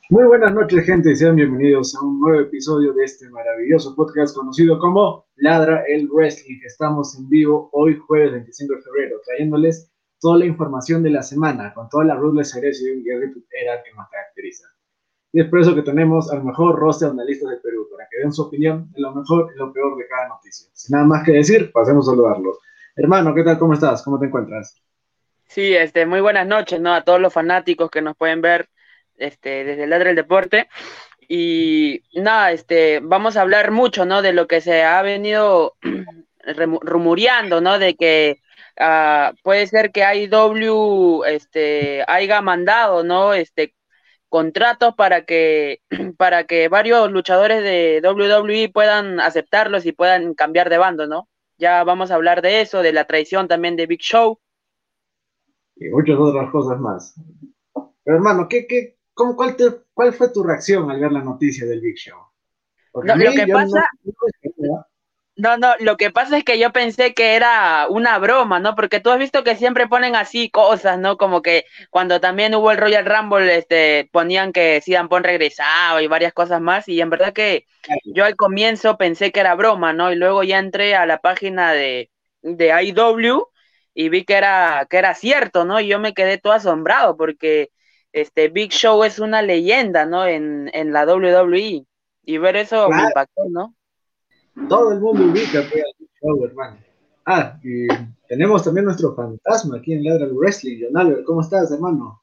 Muy buenas noches, gente, y sean bienvenidos a un nuevo episodio de este maravilloso podcast conocido como Ladra el Wrestling. Estamos en vivo hoy, jueves 25 de febrero, trayéndoles toda la información de la semana, con toda la ruthless herencia y guerra era que nos caracteriza. Y es por eso que tenemos al mejor roster de analistas del Perú, para que den su opinión de lo mejor y lo peor de cada noticia. Sin nada más que decir, pasemos a saludarlos. Hermano, ¿qué tal? ¿Cómo estás? ¿Cómo te encuentras? Sí, muy buenas noches, ¿no? A todos los fanáticos que nos pueden ver, desde el Ladre del Deporte. Y nada, vamos a hablar mucho, ¿no? De lo que se ha venido rumoreando, ¿no? De que puede ser que IW, haya mandado, ¿no? Contratos para que varios luchadores de WWE puedan aceptarlos y puedan cambiar de bando, ¿no? Ya vamos a hablar de eso, de la traición también de Big Show. Y muchas otras cosas más. Pero hermano, ¿cuál fue tu reacción al ver la noticia del Big Show? Porque No, a lo mí que yo no, pasa, no esperaba. no, lo que pasa es que yo pensé que era una broma, ¿no? Porque tú has visto que siempre ponen así cosas, ¿no? Como que cuando también hubo el Royal Rumble, ponían que CM Punk regresaba y varias cosas más, y en verdad que yo al comienzo pensé que era broma, ¿no? Y luego ya entré a la página de IW y vi que era cierto, ¿no? Y yo me quedé todo asombrado porque este Big Show es una leyenda, ¿no? En la WWE. Y ver eso me Claro, impactó, ¿no? todo el mundo ubica pues, al Big Show, hermano. Ah, y tenemos también nuestro fantasma aquí en Ladra el Wrestling. John Albert, ¿cómo estás, hermano?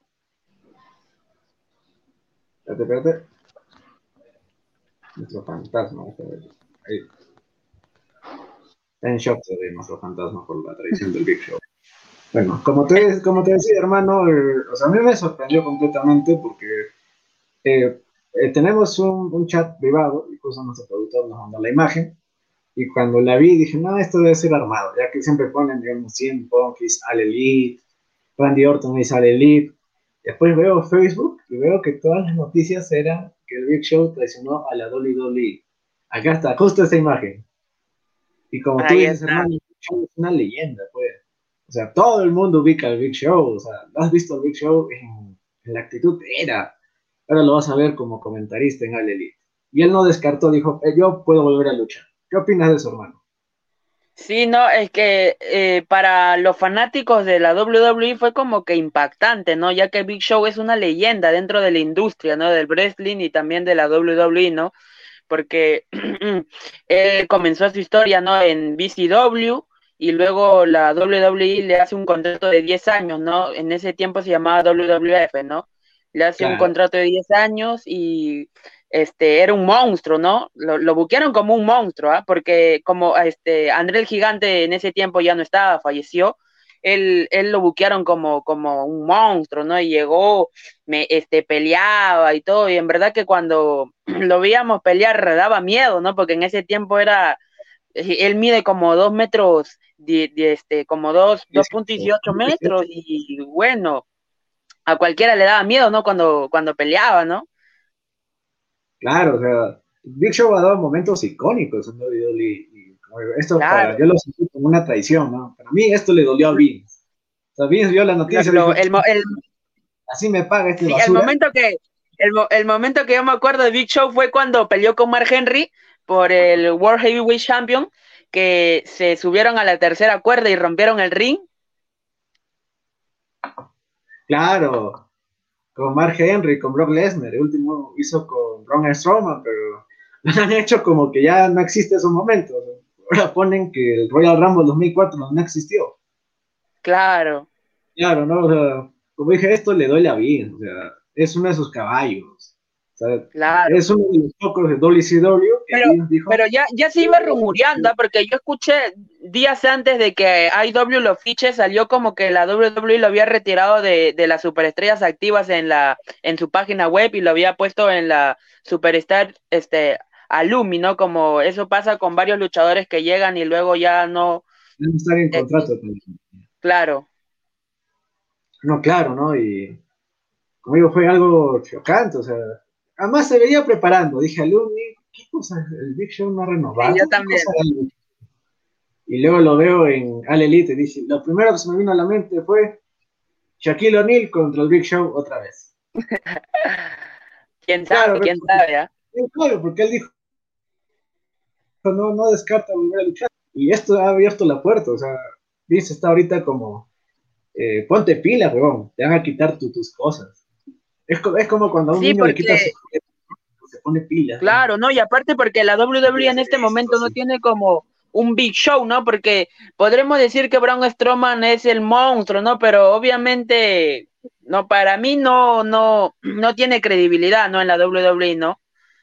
Espérate, espérate. Nuestro fantasma. Ahí. Está en shock de nuestro fantasma por la traición del Big Show. Bueno, como te decía, hermano, o sea, a mí me sorprendió completamente porque tenemos un chat privado y justo nuestro productor nos mandó la imagen. Y cuando la vi dije, no, esto debe ser armado, ya que siempre ponen, digamos, 100 Punkis al Elite, Randy Orton es al Elite. Después veo Facebook y veo que todas las noticias eran que el Big Show traicionó a la WWE. Acá está, justo esta imagen. Y como tú Ahí dices, está. hermano, el Big Show es una leyenda, pues. O sea, todo el mundo ubica al Big Show. O sea, lo has visto al Big Show en la actitud era. Ahora lo vas a ver como comentarista en All Elite. Y él no descartó, dijo, yo puedo volver a luchar. ¿Qué opinas de eso, hermano? Sí, no, es que para los fanáticos de la WWE fue como que impactante, ¿no? Ya que Big Show es una leyenda dentro de la industria, ¿no? Del wrestling y también de la WWE, ¿no? Porque él comenzó su historia, ¿no? En BCW y luego la WWE le hace un contrato de 10 años, ¿no? En ese tiempo se llamaba WWF, ¿no? Le hace un Claro. contrato de 10 años y era un monstruo, ¿no? Lo buquearon como un monstruo, ¿ah? Porque como André el Gigante en ese tiempo ya no estaba, falleció, él lo buquearon como un monstruo, ¿no? Y llegó, peleaba y todo, y en verdad que cuando lo veíamos pelear daba miedo, ¿no? Porque en ese tiempo él mide como 2 metros, como dos puntos 18, 18 18. metros, y bueno, a cualquiera le daba miedo, ¿no? Cuando peleaba, ¿no? Claro, o sea, Big Show ha dado momentos icónicos en WWE. Y como digo, esto para, Claro. yo lo sentí como una traición, ¿no? Para mí esto le dolió a Vince. O sea, Vince vio la Lo, noticia y lo- dijo, el, mo- el, así me paga este sí, basura. el momento que yo me acuerdo de Big Show fue cuando peleó con Mark Henry por el World Heavyweight Champion, que se subieron a la tercera cuerda y rompieron el ring. Claro, con Mark Henry, con Brock Lesnar, el último hizo con Braun Strowman, pero lo han hecho como que ya no existe esos momentos. Ahora ponen que el Royal Rumble 2004 no existió. Claro, Claro, ¿no? O sea, como dije, esto le duele a Vince, o sea, es uno de sus caballos. O sea, claro. es uno de los pocos de WCW que Pero, Vince dijo, pero ya se iba rumoreando, ¿ah? Porque yo escuché días antes de que IW lo fiche, salió como que la WWE lo había retirado de las superestrellas activas en su página web y lo había puesto en la Superstar Alumni, ¿no? Como eso pasa con varios luchadores que llegan y luego ya no, debe estar en eh, contrato con él. claro, No, claro, ¿no? Y como digo, fue algo chocante, o sea, además se venía preparando, dije, alumni, ¿qué cosa? ¿El Big Show no ha sí, yo renovado? ¿Qué cosa también. era? Y luego lo veo en All Elite y dice, lo primero que se me vino a la mente fue Shaquille O'Neal contra el Big Show otra vez. Claro, quién sabe, ¿ah? claro, porque él dijo, no descarta volver a luchar. Y esto ha abierto la puerta, o sea, Vince está ahorita como, ponte pilas, huevón, te van a quitar tus cosas. Es como cuando a un Sí, niño le quitas porque sus juguetes, se pone pilas, ¿no? claro, ¿no? Y aparte porque la WWE en este momento no Sí. tiene como un big show, ¿no? Porque podremos decir que Braun Strowman es el monstruo, ¿no? Pero obviamente, no, para mí no tiene credibilidad, ¿no? En la WWE, ¿no?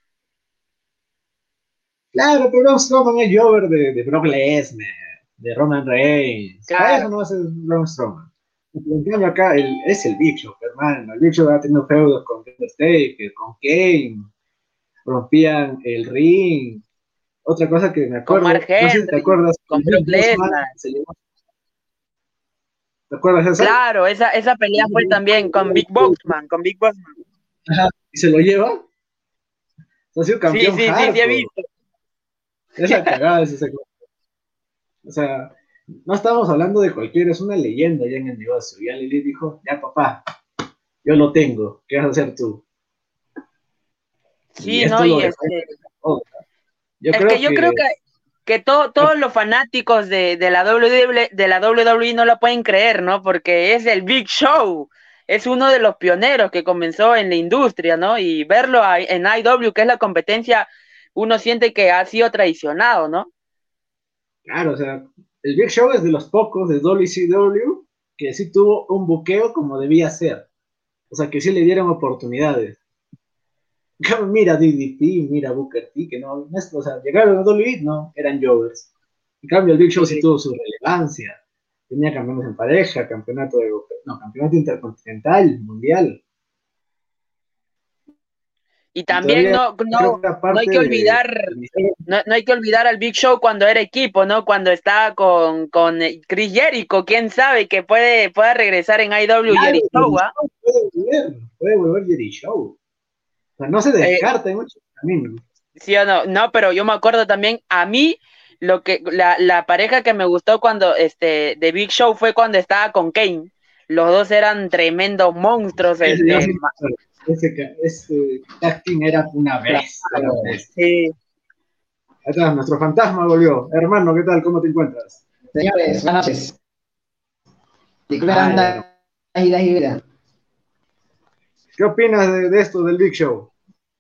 Claro, pero Braun Strowman es Jover de Brock Lesnar, de Roman Reigns. Para Claro, eso no va a ser Braun Strowman. En cambio acá es el bicho, hermano. El bicho ha tenido feudos con Undertaker, con Kane, rompían el ring. Otra cosa que me con Mark acuerdo, no sé si te Henry, acuerdas, con el Brock Big Bossman Lesnar. se llevó. ¿Te acuerdas de esa? Claro, esa pelea fue también con Big Boxman, con Big Boxman. Ajá. ¿Y se lo lleva? Ha sido Sí, campeón sí, sí, sí he hardcore. visto. Es la cagada ese. O sea, no estamos hablando de cualquiera, es una leyenda ya en el negocio. Y Lili dijo, ya papá, yo lo tengo, ¿qué vas a hacer tú? Y Sí, ¿no? esto lo Y dejó. Oh, yo es que creo yo que creo que todos los fanáticos de la WWE no lo pueden creer, ¿no? Porque es el Big Show, es uno de los pioneros que comenzó en la industria, ¿no? Y verlo en IW, que es la competencia, uno siente que ha sido traicionado, ¿no? claro, o sea, el Big Show es de los pocos de WCW que sí tuvo un buqueo como debía ser. O sea, que sí le dieron oportunidades. Mira DDP, mira Booker T, que no, o sea, llegaron a WWE, no, eran Jovers. En cambio, el Big Show sí Sí. tuvo su relevancia. Tenía campeones en pareja, campeonato intercontinental, mundial. Y Y también todavía creo que era no hay parte que olvidar, no hay que olvidar al Big Show cuando era equipo, ¿no? Cuando estaba con Chris Jericho, quién sabe que pueda regresar en IW claro, Jericho, ¿ah? puede volver Jerry Show. O sea, no se Eh, descarta en muchos caminos. sí o no, no, pero yo me acuerdo también, a mí, la pareja que me gustó cuando, de Big Show fue cuando estaba con Kane. Los dos eran tremendos monstruos, Ese casting era una bestia, era una bestia. sí. Ahí está, nuestro fantasma volvió. Hermano, ¿qué tal? ¿Cómo te encuentras? Señores, buenas noches. Ay, Declarando hermano. ida y vida. ¿Qué opinas de esto del Big Show?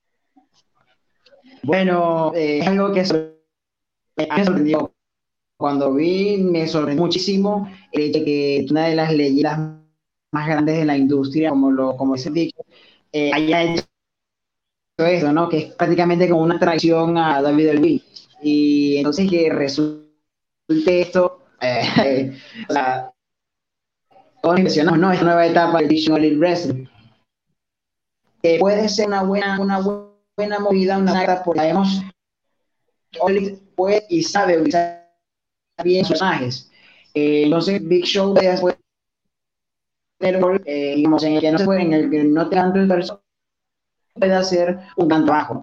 Bueno, es algo que me sorprendió. Cuando vi, me sorprendió muchísimo el hecho de que una de las leyendas más grandes de la industria, como ese dicho, haya hecho eso, ¿no? Que es prácticamente como una traición a WWE. Y entonces que resulte esto, o sea, todos impresionamos, ¿no? Esta nueva etapa del Dictionary Wrestling. Puede ser una buena movida, una saga, porque sabemos que puede y sabe utilizar bien sus personajes. Entonces, Big Show puede tener un rol, digamos, en el que no se puede, en el que no te dan el personaje, puede hacer un gran trabajo.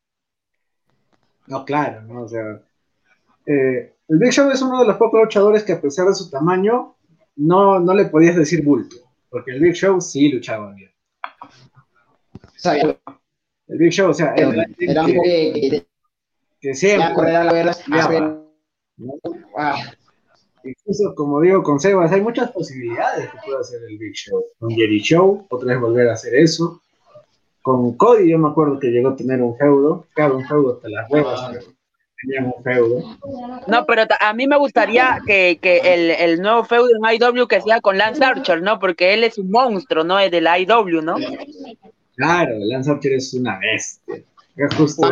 No, claro, ¿no? O sea, el Big Show es uno de los pocos luchadores que a pesar de su tamaño, no le podías decir bulto, porque el Big Show sí luchaba bien. ¿Sabes? El Big Show, o sea, era Era un que siempre correr a la verdad. peleaba, ¿no? Incluso, como digo, con Sebas, hay muchas posibilidades que puede hacer el Big Show. Con Jerry Show, otra vez volver a hacer eso. Con Cody, yo me acuerdo que llegó a tener un feudo, claro, un feudo hasta las huevas, pero tenían un feudo. No, pero a mí me gustaría que el nuevo feudo en IW que sea con Lance Archer, ¿no? Porque él es un monstruo, ¿no? Es del IW, ¿no? Claro, Lance Archer es una bestia. Es justo,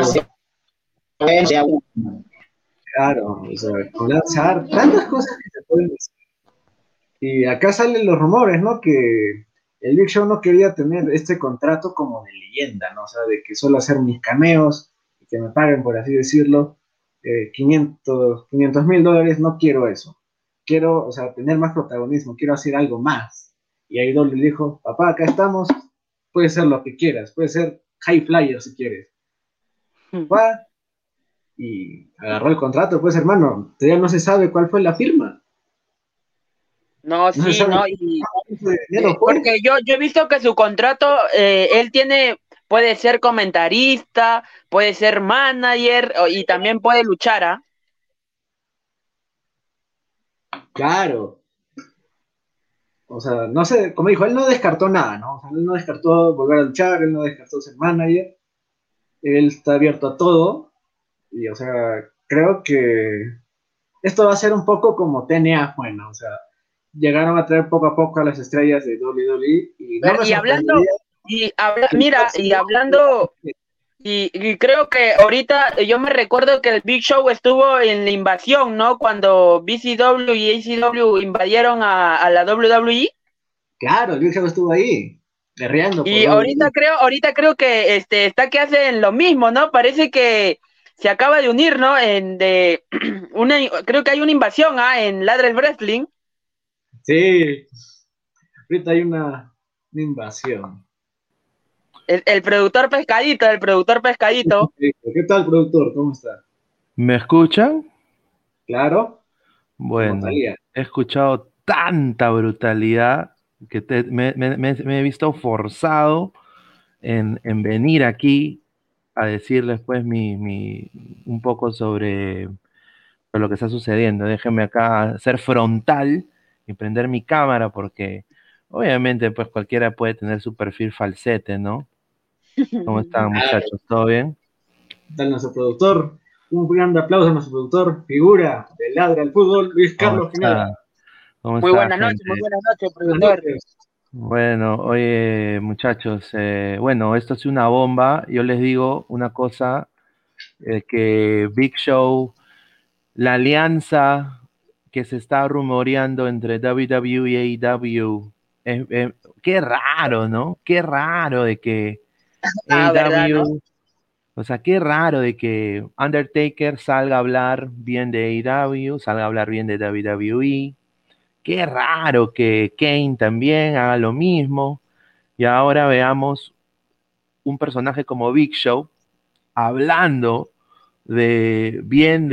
claro, o sea, con Lance Archer, tantas cosas que se pueden decir. Y acá salen los rumores, ¿no? Que el Big Show no quería tener este contrato como de leyenda, ¿no? O sea, de que solo hacer mis cameos y que me paguen, por así decirlo, 500 mil dólares, no quiero eso. Quiero, o sea, tener más protagonismo, quiero hacer algo más. Y ahí Dolly le dijo, papá, acá estamos, puede ser lo que quieras, puede ser high flyer si quieres. Va y agarró el contrato, pues hermano, todavía no se sabe cuál fue la firma. No, No se sí, sabe no, cuánto dinero fue. porque yo he visto que su contrato, él tiene puede ser comentarista, puede ser manager y también puede luchar, ¿ah? Claro. O sea, no sé, como dijo, él no descartó nada, ¿no? O sea, él no descartó volver a luchar, él no descartó ser manager, él está abierto a todo. Y, o sea, creo que esto va a ser un poco como TNA, bueno, o sea, llegaron a traer poco a poco a las estrellas de WWE y no me Y hablando, sorprendería que el mira, y próximo... hablando, y creo que ahorita yo me recuerdo que el Big Show estuvo en la invasión, ¿no? Cuando BCW y ACW invadieron a la WWE. Claro, el Big Show estuvo ahí, guerreando por Y WWE. ahorita creo que está que hacen lo mismo, ¿no? Parece que se acaba de unir, ¿no? Creo que hay una invasión, en Ladre el Wrestling. Sí, ahorita hay una invasión. El productor pescadito. ¿Qué tal, productor? ¿Cómo está? ¿Me escuchan? Claro, como Bueno, Talía. he escuchado tanta brutalidad que me he visto forzado en venir aquí a decirles pues un poco sobre lo que está sucediendo. Déjenme acá ser frontal y prender mi cámara porque obviamente pues cualquiera puede tener su perfil falsete, ¿no? ¿Cómo están muchachos? ¿Todo bien? ¿Qué tal nuestro productor? Un gran aplauso a nuestro productor, figura de Ladra al Fútbol, Luis ¿Cómo Carlos Pineda. está? ¿Cómo está, gente? Muy buenas noches, Buenas productor. noches. Bueno, oye, muchachos, bueno, esto es una bomba. Yo les digo una cosa, que Big Show, la alianza que se está rumoreando entre WWE y AEW, qué raro, ¿no? Qué raro de que ¿Verdad, no? AEW, o sea, qué raro de que Undertaker salga a hablar bien de AEW, salga a hablar bien de WWE. Qué raro que Kane también haga lo mismo. Y ahora veamos un personaje como Big Show hablando de bien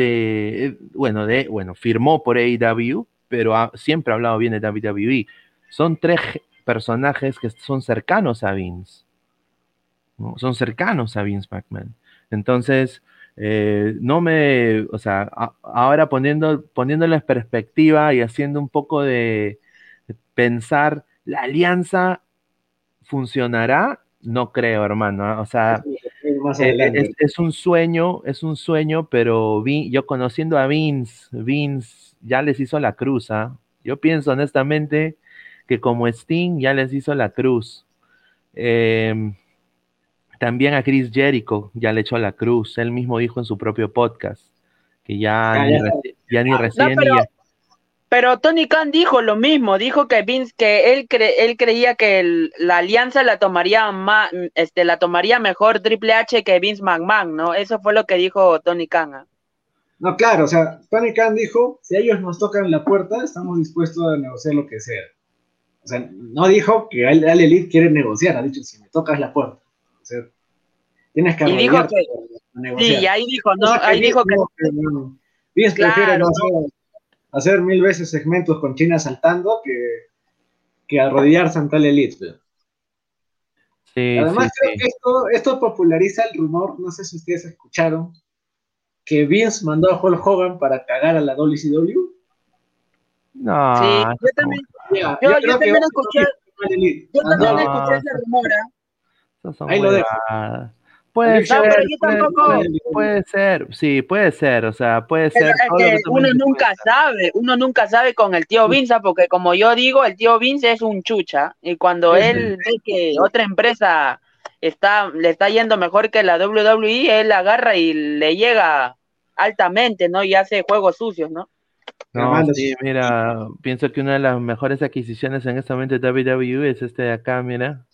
bueno, firmó por AEW, pero siempre ha hablado bien de WWE. Son tres personajes que son cercanos a Vince, ¿no? Son cercanos a Vince McMahon. Entonces, no me, o sea, ahora poniéndolo en perspectiva y haciendo un poco de pensar, ¿la alianza funcionará? No creo, hermano. O sea, Más adelante. es un sueño, pero yo conociendo a Vince ya les hizo la cruz, ¿ah? Yo pienso honestamente que como Sting ya les hizo la cruz. Eh, También a Chris Jericho ya le echó la cruz. Él mismo dijo en su propio podcast que Ya, ya, ya ni No, recién ni ya. pero Tony Khan dijo lo mismo, dijo que Vince, que él creía que la alianza la tomaría mejor Triple H que Vince McMahon, ¿no? Eso fue lo que dijo Tony Khan, ¿ah? No, claro, o sea, Tony Khan dijo, si ellos nos tocan la puerta, estamos dispuestos a negociar lo que sea. O sea, no dijo que Al Elite quiere negociar, ha dicho, si me tocas la puerta. O sea, tienes que Y dijo arrodillarte que, a negociar. sí, ahí dijo, ¿no? Cosa que Ahí Vince dijo que, no, que no. Vince prefiere claro, no ¿no? hacer 1000 veces segmentos con China saltando que arrodillarse ante el Elite. Sí, sí, Además, creo sí. que esto populariza el rumor, no sé si ustedes escucharon, que Vince mandó a Hulk Hogan para cagar a la WCW. Sí, No, yo eso son también, Ya, yo yo creo que va también a ser lo escuché, mismo con el Elite. yo Ah, también no, escuché no, ese rumor, ¿ah? esas son ahí lo dejo. huevadas. A Puede Big No, Show pero ser, yo puede, tampoco, puede, puede ser, sí, puede ser, o sea, puede pero ser es todo lo que que tú me dices puede ser. uno nunca sabe con el tío Vince, porque como yo digo, el tío Vince es un chucha, y cuando Sí. él ve que otra empresa le está yendo mejor que la WWE, él agarra y le llega altamente, ¿no? Y hace juegos sucios, ¿no? No, Armando, sí, mira, pienso que una de las mejores adquisiciones en este momento de WWE es este de acá, mira.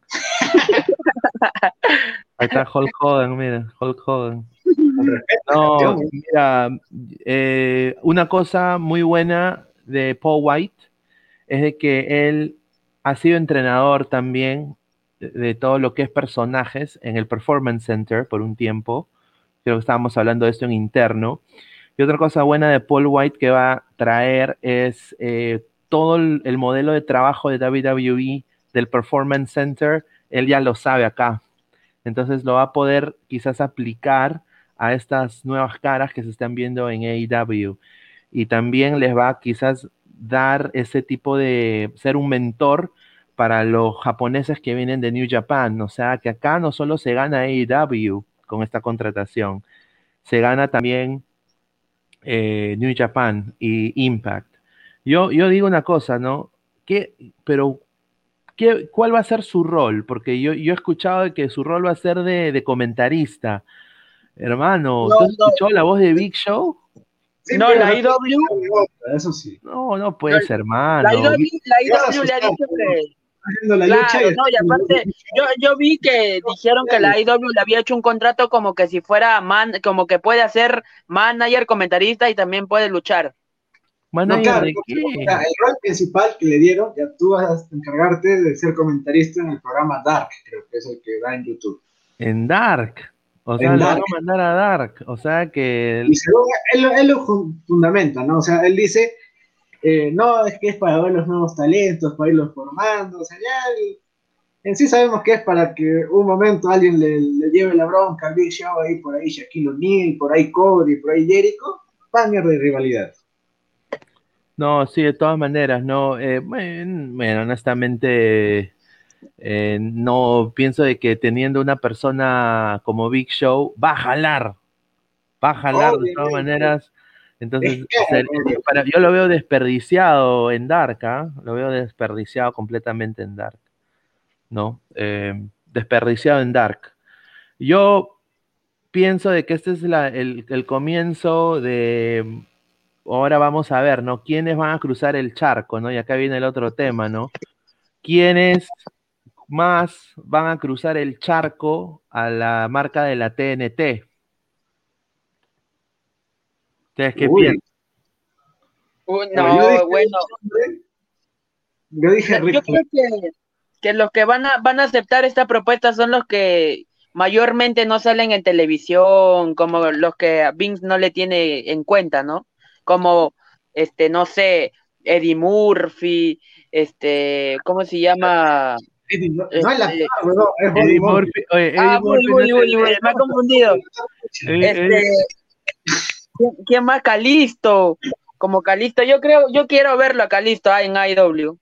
Ahí está Hulk Hogan, mira, Hulk Hogan. con respeto, No, campeón. mira, una cosa muy buena de Paul White es de que él ha sido entrenador también de todo lo que es personajes en el Performance Center por un tiempo. Creo que estábamos hablando de esto en interno. Y otra cosa buena de Paul White que va a traer es todo el modelo de trabajo de WWE del Performance Center, él ya lo sabe acá. Entonces lo va a poder quizás aplicar a estas nuevas caras que se están viendo en AEW. Y también les va a quizás dar ese tipo de ser un mentor para los japoneses que vienen de New Japan. O sea, que acá no solo se gana AEW con esta contratación, se gana también New Japan y Impact. Yo digo una cosa, ¿no? Pero, ¿cuál va a ser su rol? Porque yo he escuchado de que su rol va a ser de comentarista. Hermano, No, ¿tú has no, escuchado la voz de Big Show? Sí, no, pero la no IW, eso sí. No, no no, puede ser, la hermano. IW, la Te vas a IW le ha asustar, dicho ¿no? que, Haciendo la lucha claro, y no, y aparte, yo vi que dijeron que la IW le había hecho un contrato como que si fuera como que puede hacer manager, comentarista y también puede luchar. no, ¿Manager claro, de o qué? sea, el rol principal que le dieron, ya tú vas a encargarte de ser comentarista en el programa Dark, creo que es el que da en YouTube. En Dark. O sea, En lo van Dark. a mandar a Dark. O sea que. Y según él lo fundamenta, ¿no? O sea, él dice, no, es que es para ver los nuevos talentos, para irlos formando, o sea, ya en sí sabemos que es para que un momento alguien le lleve la bronca al Big Show, ahí por ahí Shaquille O'Neal, por ahí Cody, por ahí Jericho, banger de rivalidad. No, sí, de todas maneras, no. Bueno, honestamente, no pienso de que teniendo una persona como Big Show va a jalar de todas Obviamente, maneras. Entonces, es caro, yo lo veo desperdiciado en Dark, ¿ah? Lo veo desperdiciado completamente en Dark, ¿no? Desperdiciado en Dark. Yo pienso de que este es el comienzo de, ahora vamos a ver, ¿no? ¿Quiénes van a cruzar el charco, ¿no? Y acá viene el otro tema, ¿no? ¿Quiénes más van a cruzar el charco a la marca de la TNT? ¿Ustedes qué Uy, piensan? bueno, yo dije, No, bueno, yo dije yo Rick Flair. creo que los que van a aceptar esta propuesta son los que mayormente no salen en televisión, como los que a Vince no le tiene en cuenta, ¿no? Como, no sé, Eddie Murphy, ¿cómo se llama? Eddie, no, no es la Este, no, es Body Eddie Murphy. Murphy, oye, Eddie Murphy no es Me ha confundido. Este, el- ¿quién más? Calisto, como Calisto, yo quiero verlo a Calisto en IW.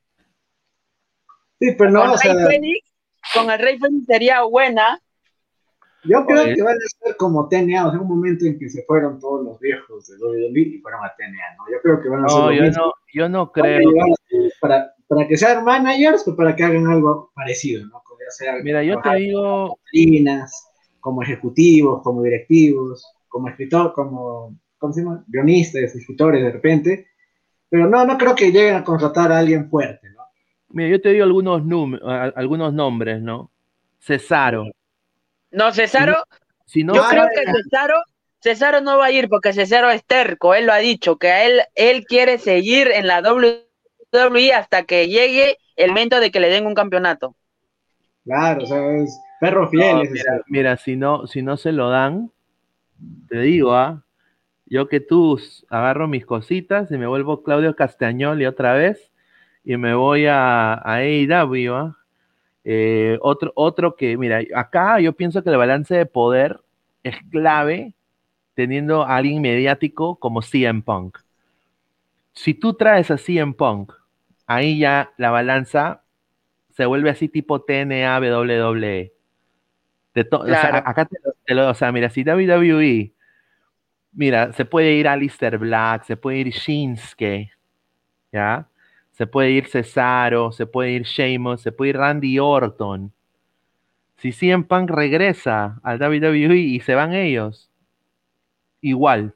Sí, pero no, Con o sea, Rey Fénix, con el Rey Fénix sería buena. yo creo oye, que van a ser como TNA, o sea, un momento en que se fueron todos los viejos de WWE y fueron a TNA, ¿no? Yo creo que van a hacer no, lo mismo. yo no Van a creo llevar que, para que sean managers o para que hagan algo parecido, ¿no? Como ya sea mira, yo te trabajar digo, como líneas, como ejecutivos, como directivos, como escritor, como, ¿cómo se llama? Guionistas, escritores de repente. Pero no, no creo que lleguen a contratar a alguien fuerte, ¿no? mira, yo te digo algunos nombres, ¿no? Cesaro. No, Si no, Cesaro, si no yo No, no, creo sale, que Cesaro no va a ir porque Cesaro es terco, él lo ha dicho, que él quiere seguir en la WWE hasta que llegue el momento de que le den un campeonato. claro, o sea, es perro no, fiel ese ser. mira, si no se lo dan, te digo, ¿ah? Yo que tú agarro mis cositas y me vuelvo Claudio Castagnoli otra vez y me voy a AEW, ¿ah? Otro que, mira, acá yo pienso que el balance de poder es clave teniendo a alguien mediático como CM Punk. Si tú traes a CM Punk, ahí ya la balanza se vuelve así tipo TNA, WWE. O sea, Claro, acá o sea, mira, si WWE, mira, se puede ir Aleister Black, se puede ir Shinsuke, ¿ya? Se puede ir Cesaro, se puede ir Sheamus, se puede ir Randy Orton. Si CM Punk regresa al WWE y se van ellos, igual,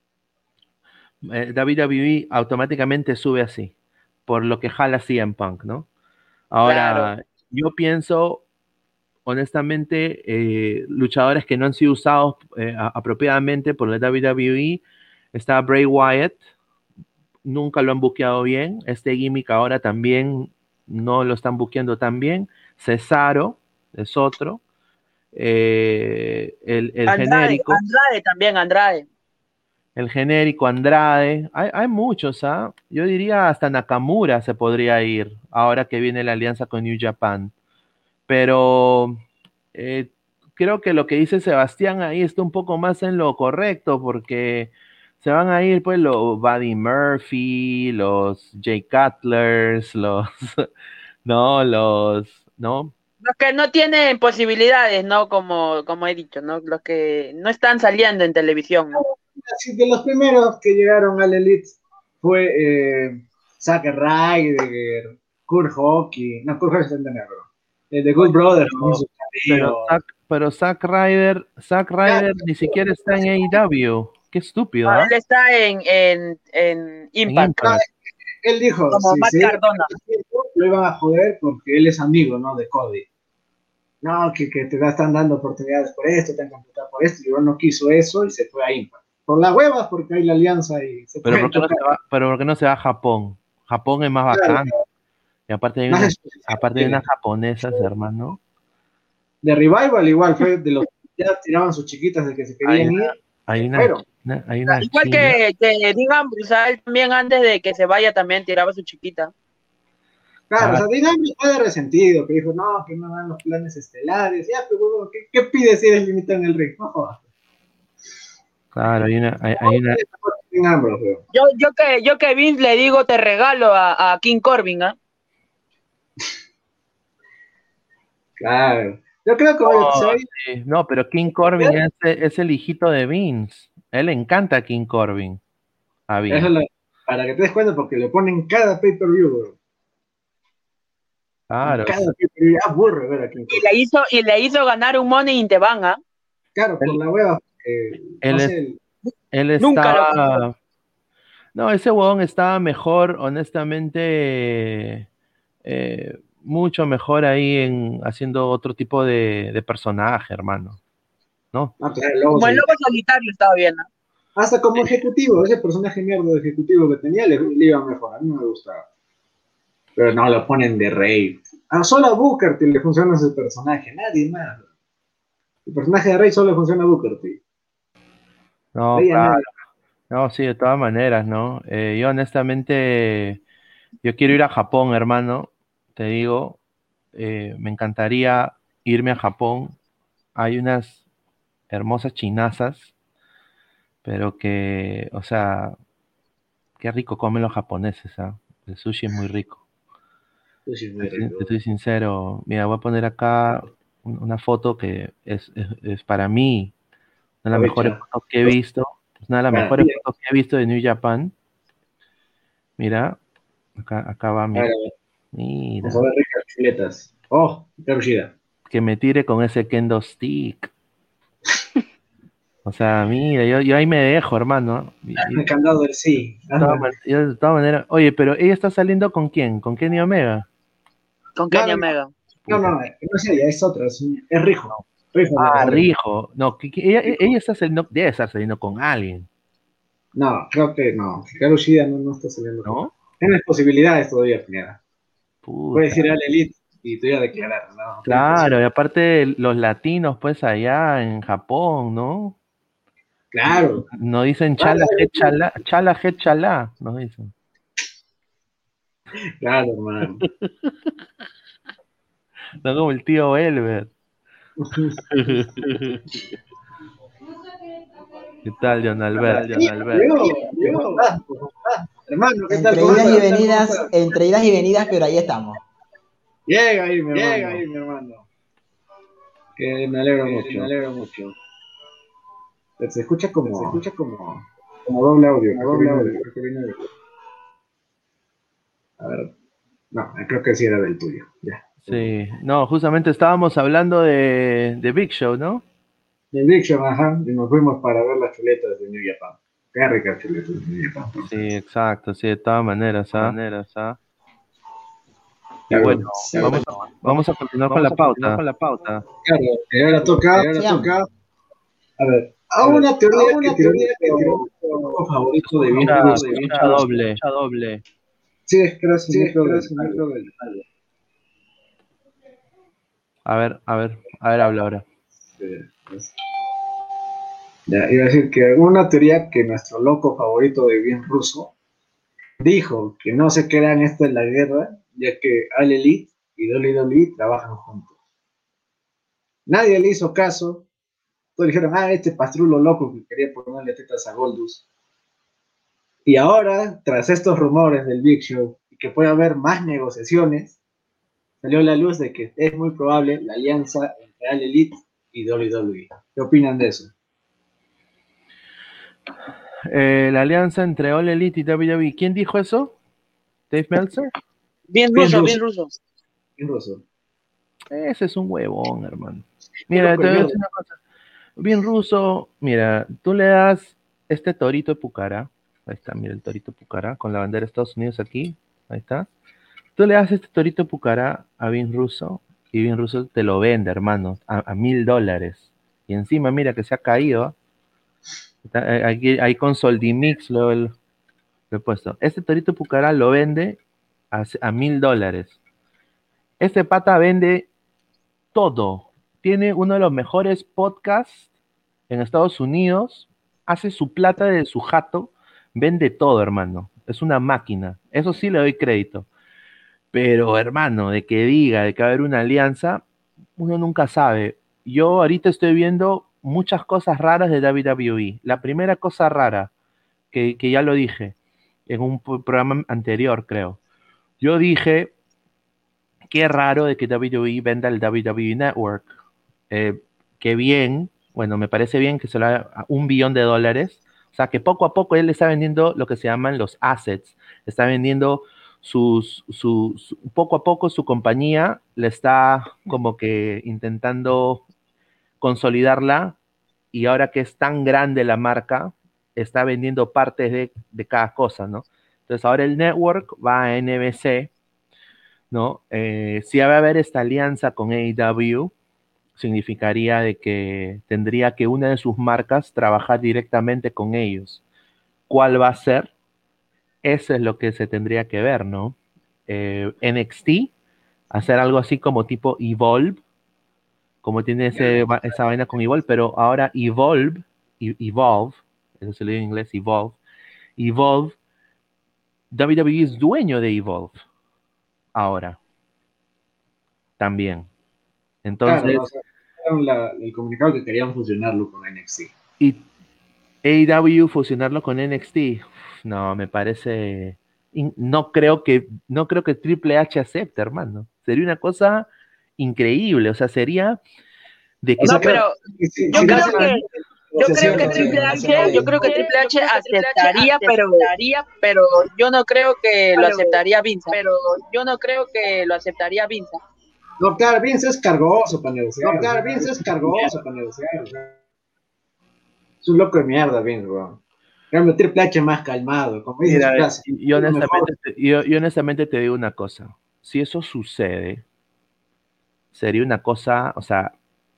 WWE automáticamente sube así, por lo que jala CM Punk, ¿no? claro. Ahora, yo pienso, honestamente, luchadores que no han sido usados apropiadamente por la WWE, está Bray Wyatt, nunca lo han buqueado bien, este gimmick ahora también no lo están buqueando tan bien, Cesaro es otro, el genérico. Andrade también, Andrade. El genérico Andrade, hay muchos, ¿ah? Yo diría hasta Nakamura se podría ir, ahora que viene la alianza con New Japan. Pero creo que lo que dice Sebastián ahí está un poco más en lo correcto, porque se van a ir pues los Buddy Murphy, los Jay Cutlers, los, no, no, Los que no tienen posibilidades, ¿no? Como he dicho, ¿no? Los que no están saliendo en televisión, ¿no? Así de los primeros que llegaron al Elite fue Zack Ryder, Kurt Hockey, no, Kurt Hockey está en negro, The Good Brothers, con sus pero Zack Ryder ni siquiera está en AEW. Qué estúpido, ¿ah? Él está en Impact. Él dijo, como si Matt se Cardona. lo iban a joder porque él es amigo, ¿no? De Cody. No, que te están dando oportunidades por esto, te han contratado por esto, y él no quiso eso y se fue a Impact. Por las huevas, porque hay la alianza y se pero ¿por qué no se va a Japón? Japón es más bacán. Y aparte hay unas japonesas, hermano. De Revival igual, fue de los que ya tiraban sus chiquitas de que se querían ir. Hay una igual que Dean Ambrose, él también antes de que se vaya también tiraba su chiquita. Claro, o sea, Dean Ambrose fue de resentido, que dijo, no, que no dan los planes estelares. Ya, pero ¿qué pides si eres limitado en el ring? No jodas. Claro, hay una. Yo que Vince le digo, te regalo a King Corbin, ¿ah? Claro. Yo creo que no, pero King Corbin es el hijito de Vince. A él le encanta King Corbin. A Vince. Para que te des cuenta, porque lo ponen cada pay-per-view, bro. Claro. Cada pay-per-view aburre ver a King Corbin. Y le hizo ganar un Money in the Bank, ¿ah? Claro, por la hueva. Él estaba. No, ese huevón estaba mejor, honestamente. Mucho mejor ahí haciendo otro tipo de personaje, hermano. ¿No? Como el lobo solitario estaba bien, ¿no? Hasta como ejecutivo, ese personaje mierda de ejecutivo que tenía le iba mejor, a mí me gustaba. Pero no, lo ponen de rey. Solo a Booker T le funciona ese personaje, nadie más. El personaje de rey solo funciona a Booker T. No, claro. No, sí, de todas maneras, ¿no? Yo honestamente, yo quiero ir a Japón, hermano. Te digo, me encantaría irme a Japón. Hay unas hermosas chinazas, pero que, o sea, qué rico comen los japoneses, ¿ah? El sushi es muy rico. Estoy sincero. Mira, voy a poner acá una foto que es para mí una de las mejores fotos que he visto. Es una de las mejores fotos que he visto de New Japan. Mira, acá va, mira. Mira. Vamos a ver ricas chuletas. Oh, qué chida. Que me tire con ese kendo stick. O sea, mira, yo ahí me dejo, hermano. Me candado del sí. De todas maneras. Oye, pero ella está saliendo ¿con quién? ¿Con Kenny Omega? Con Kenny Omega. No es ella, es otra, es Rijo. Rijo. No, ella está saliendo, debe estar saliendo con alguien. No, creo que no. Hikaru Shida no está saliendo. ¿No? Tienes posibilidades todavía, Pineda. Puedes ir al Elite y te voy a declarar, ¿no? Claro, y aparte los latinos, pues allá en Japón, ¿no? Claro. No dicen chala, chala, nos dicen. Claro, hermano. No como el tío Elbert. ¿Qué tal, John Albert? Hermano, ¿qué tal? Entre idas y venidas, pero ahí estamos. Llega ahí, mi hermano. Que me alegro mucho. Se escucha como doble audio. A ver. No, creo que sí era del tuyo. Ya. Sí, no, justamente estábamos hablando de Big Show, ¿no? De Big Show, ajá, y nos fuimos para ver las chuletas de New Japan. Qué ricas chuletas de New Japan. Sí, exacto, sí, de todas maneras, ¿ah? Y bueno, sí, vamos a continuar con la pauta. Claro, que ahora toca. A ver, una teoría que tiró favorito de Bien doble. Sí, es que era su micro. A ver, habla ahora. Ya, iba a decir que una teoría que nuestro loco favorito de Bien Ruso dijo que no se crean esto en la guerra, ya que All Elite y WWE trabajan juntos. Nadie le hizo caso. Todos dijeron, este pastrulo loco que quería ponerle tetas a Goldust. Y ahora, tras estos rumores del Big Show y que puede haber más negociaciones, salió a la luz de que es muy probable la alianza entre All Elite y WWE. ¿Qué opinan de eso? La alianza entre All Elite y WWE. ¿Quién dijo eso? ¿Dave Meltzer? Bien ruso, bien ruso. Bien ruso. Ese es un huevón, hermano. Mira, te voy a decir una cosa. Bien ruso, mira, tú le das este torito de Pucará. Ahí está, mira el torito de Pucará con la bandera de Estados Unidos aquí. Ahí está. Tú le das este torito de Pucará a Bien Russo y Bien Russo te lo vende, hermano, a $1,000. Y encima, mira que se ha caído. Aquí, ahí con Soldimix lo he puesto. Este torito de Pucará lo vende a $1,000. Este pata vende todo. Tiene uno de los mejores podcasts en Estados Unidos, hace su plata de su jato, vende todo, hermano. Es una máquina. Eso sí le doy crédito. Pero, hermano, de que diga, de que va a haber una alianza, uno nunca sabe. Yo ahorita estoy viendo muchas cosas raras de WWE. La primera cosa rara, que ya lo dije en un programa anterior, creo. Yo dije, qué raro de que WWE venda el WWE Network. Qué bien, bueno, me parece bien que se lo haga a $1 billón. O sea, que poco a poco él está vendiendo lo que se llaman los assets. Está vendiendo poco a poco su compañía, le está como que intentando consolidarla y ahora que es tan grande la marca, está vendiendo partes de cada cosa, ¿no? Entonces ahora el network va a NBC, ¿no? Si va a haber esta alianza con AEW, significaría de que tendría que una de sus marcas trabajar directamente con ellos. ¿Cuál va a ser? Eso es lo que se tendría que ver, ¿no? NXT, hacer algo así como tipo Evolve, como tiene esa vaina con Evolve, pero ahora Evolve, eso se lee en inglés, Evolve, WWE es dueño de Evolve, ahora, también. Entonces, claro, o sea, el comunicado que querían fusionarlo con NXT. Y AEW fusionarlo con NXT, no, me parece, no creo que Triple H acepte, hermano. Sería una cosa increíble, o sea, sería de que... No, pero yo creo que Triple H aceptaría, pero yo no creo que lo aceptaría Vince. No, claro, Vince es cargoso para negociar. Es un loco de mierda, Vince, weón. Cambio Triple H más calmado, como dice su frase. Yo honestamente te digo una cosa. Si eso sucede, sería una cosa, o sea,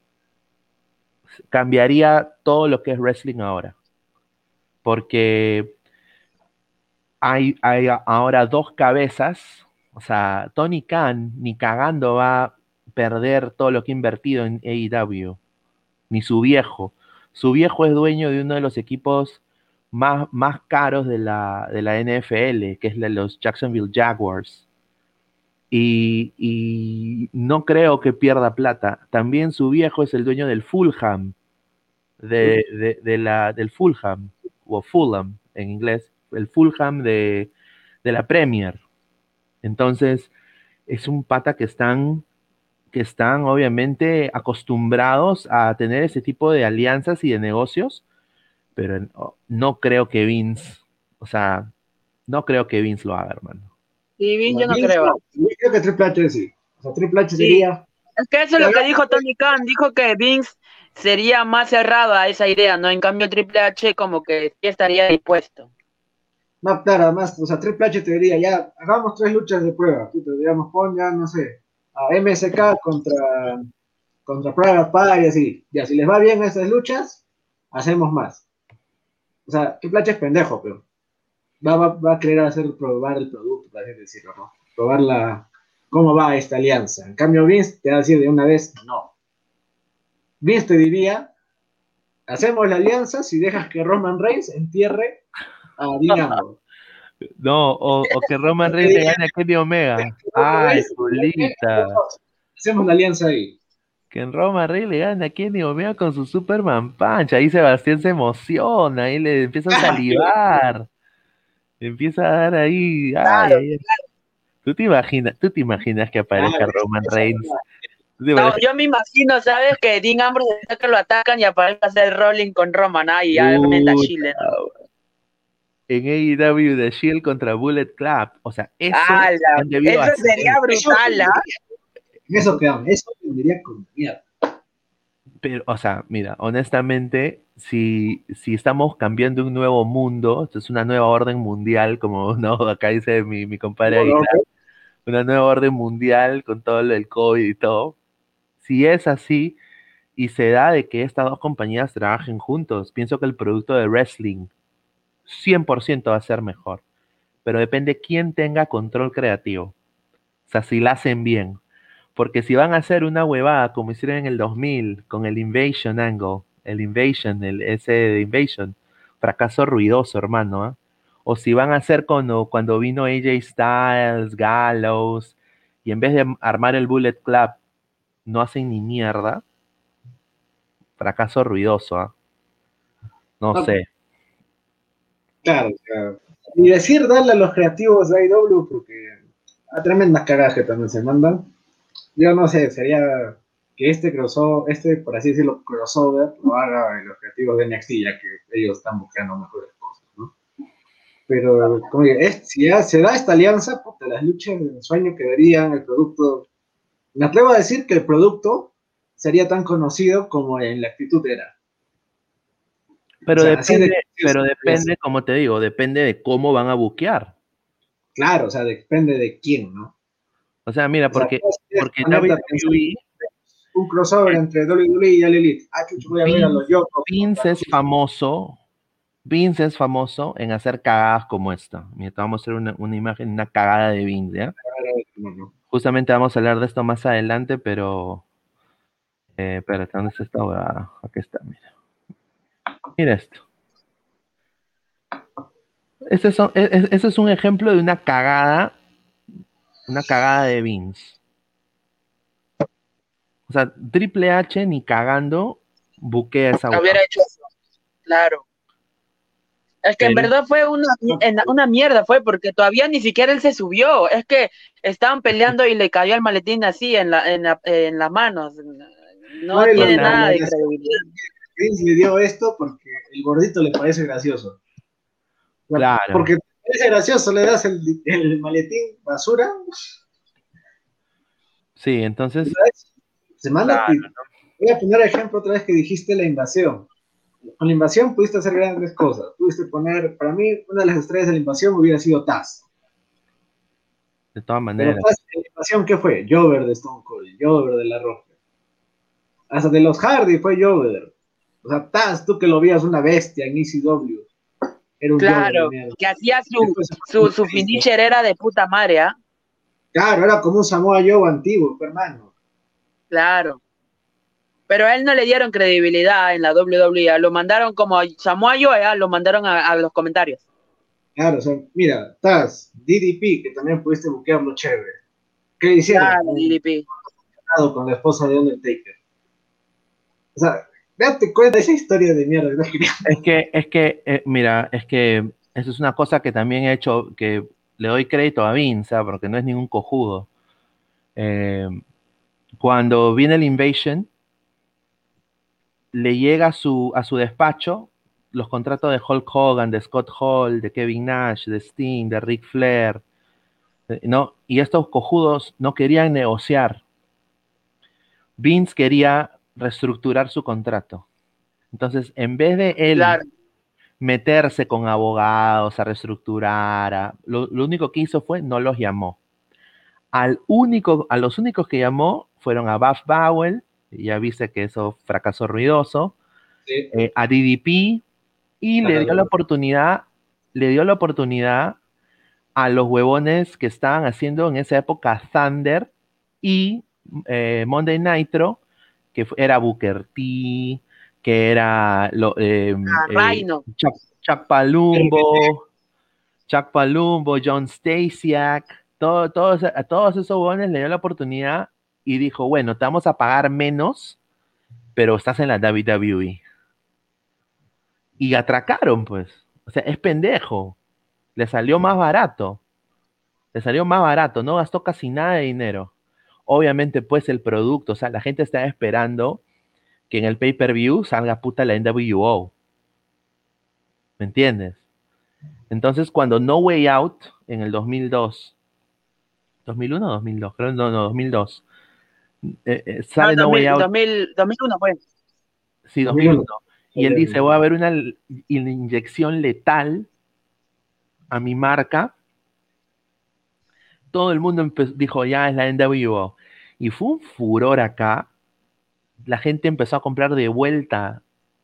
cambiaría todo lo que es wrestling ahora. Porque hay ahora dos cabezas, o sea, Tony Khan ni cagando va a perder todo lo que ha invertido en AEW, ni su viejo. Su viejo es dueño de uno de los equipos más caros de la NFL, que es los Jacksonville Jaguars. Y no creo que pierda plata. También su viejo es el dueño del Fulham, del Fulham, o Fulham en inglés, el Fulham de la Premier. Entonces, es un pata que están obviamente acostumbrados a tener ese tipo de alianzas y de negocios, pero no creo que Vince, o sea, no creo que Vince lo haga, hermano. Sí, Vince, yo no creo. Yo creo que Triple H sí. O sea, Triple H sería... Es que eso es lo que dijo Tony Khan, dijo que Vince sería más cerrado a esa idea, ¿no? En cambio, Triple H como que sí estaría dispuesto. No, claro, además, o sea, Triple H te diría, ya, hagamos 3 luchas de prueba. Tú te digamos, pon ya, no sé, a MSK contra Private Party, así. Ya, si les va bien esas luchas, hacemos más. O sea, Triple H es pendejo, pero va a querer probar el producto, para así decirlo, ¿no? Probar cómo va esta alianza. En cambio, Vince te va a decir de una vez, no. Vince te diría, hacemos la alianza si dejas que Roman Reigns entierre a Dean Ambrose. No, o que Roman Reigns le gane a Kenny Omega. Ay, Julita. Hacemos la alianza ahí. Que en Roma Rey le gana a Kenny Omega con su Superman Punch. Ahí Sebastián se emociona, ahí le empieza a salivar. Le empieza a dar ahí. Ay, Claro. ay, ay. ¿Tú te imaginas que aparezca Claro, Roman esa Reigns? forma. ¿Tú te No, imaginas? yo me imagino, ¿sabes? Que Dean Ambrose está que lo atacan y aparece a hacer rolling con Roman, y ya armen la Puta, chile, ¿no? en AEW The Shield contra Bullet Club. O sea, eso ¡Hala! han debido Eso hacer. sería Eso brutal, ¿ah? eso quedamos, eso vendería con mierda. Pero, o sea, mira, honestamente, si estamos cambiando un nuevo mundo, esto es una nueva orden mundial, como no, acá dice mi compadre Bueno, Aguilar, una nueva orden mundial con todo lo del COVID y todo. Si es así y se da de que estas dos compañías trabajen juntos, pienso que el producto de wrestling 100% va a ser mejor, pero depende quién tenga control creativo. O sea, si la hacen bien. Porque si van a hacer una huevada como hicieron en el 2000 con el Invasion Angle, el Invasion, el ese de Invasion, fracaso ruidoso, hermano, ¿ah? O si van a hacer cuando vino AJ Styles, Gallows, y en vez de armar el Bullet Club, no hacen ni mierda, fracaso ruidoso, ¿ah? No no, sé. claro, o sea, y decir darle a los creativos de AEW porque a tremendas cagadas que también se mandan. Yo no sé, sería que este crossover, por así decirlo, crossover, lo haga los creativos de NXT, ya que ellos están buscando mejores cosas, ¿no? Pero, como digo, si ya se da esta alianza, puta, las luchas de sueño quedarían, el producto. Me atrevo a decir que el producto sería tan conocido como en la actitud era. O Pero sea, así de. depende, como te digo, depende de cómo van a buquear. Claro, o sea, depende de quién, ¿no? O sea, mira, O sea, puedes porque ponerte a pensar WWE, un crossover entre WWE y All Elite. Ah, chucho, voy a ver a Vince, los Yokos. Vince es famoso Vince es famoso en hacer cagadas como esta. Mira, te vamos a hacer una imagen, una cagada de Vince, ¿ya? Justamente vamos a hablar de esto más adelante, pero... espérate, ¿dónde está esta huevada? Aquí está, mira. Mira esto. Ese es un ejemplo de una cagada de Vince. O sea, Triple H ni cagando buquea esa Hubiera huevada. hecho eso, claro. Es que en Pero, verdad fue una mierda, fue porque todavía ni siquiera él se subió. Es que estaban peleando y le cayó el maletín así en las manos. No, No y tiene la nada de gracia credibilidad. Vince le dio esto porque el gordito le parece gracioso. O sea, claro, porque te parece gracioso, le das el maletín basura, sí, entonces, ¿sabes? Se manda. claro, Voy a poner ejemplo otra vez que dijiste la invasión. Con la invasión pudiste hacer grandes cosas. Pudiste poner, para mí, una de las estrellas de la invasión hubiera sido Taz. de todas Pero maneras. Taz en la invasión, ¿qué fue? Jover de Stone Cold, Jover de La Roca. Hasta de los Hardy fue Jover. O sea, Taz, tú que lo veías una bestia en ECW, era un Jover de Claro, mierda. que hacía Después se fue como su Cristo. finisher era de puta madre, ¿ah? Claro, era como un Samoa Joe antiguo, hermano. Claro. Pero a él no le dieron credibilidad en la WWE. Lo mandaron como Samoa Joe, lo mandaron a los comentarios. Claro, o sea, mira, Taz, DDP, que también pudiste buquearlo chévere. ¿Qué hicieron? Claro, DDP. Con la esposa de Undertaker. O sea, date cuenta de esa historia de mierda. ¿No? Mira, es que eso es una cosa que también he hecho, que le doy crédito a Vince, ¿ah? Porque no es ningún cojudo. Eh, Cuando viene el Invasion, le llega a su despacho los contratos de Hulk Hogan, de Scott Hall, de Kevin Nash, de Sting, de Ric Flair, ¿no? Y estos cojudos no querían negociar. Vince quería reestructurar su contrato. Entonces, en vez de él Claro. meterse con abogados a reestructurar, lo único que hizo fue no los llamó. A los únicos que llamó fueron a Buff Bowell, ya viste que eso fracasó ruidoso, Sí. a DDP, y le dio la oportunidad a los huevones que estaban haciendo en esa época Thunder y Monday Nitro, que era Booker T, que era Rhino. Chuck Palumbo, John Stasiak, a todos esos huevones le dio la oportunidad y dijo, bueno, te vamos a pagar menos, pero estás en la WWE. Y atracaron, pues. O sea, es pendejo. Le salió más barato. Le salió más barato, no gastó casi nada de dinero. Obviamente, pues el producto, o sea, la gente está esperando que en el pay-per-view salga puta la NWO. ¿Me entiendes? Entonces, cuando No Way Out, en el 2002, 2001 o 2002, creo, no, 2002, No, sale No Way Out, 2001 fue. sí, 2001, 2001. y él dice, voy a ver una inyección letal a mi marca, todo el mundo dijo, ya es la NWO, y fue un furor acá, la gente empezó a comprar de vuelta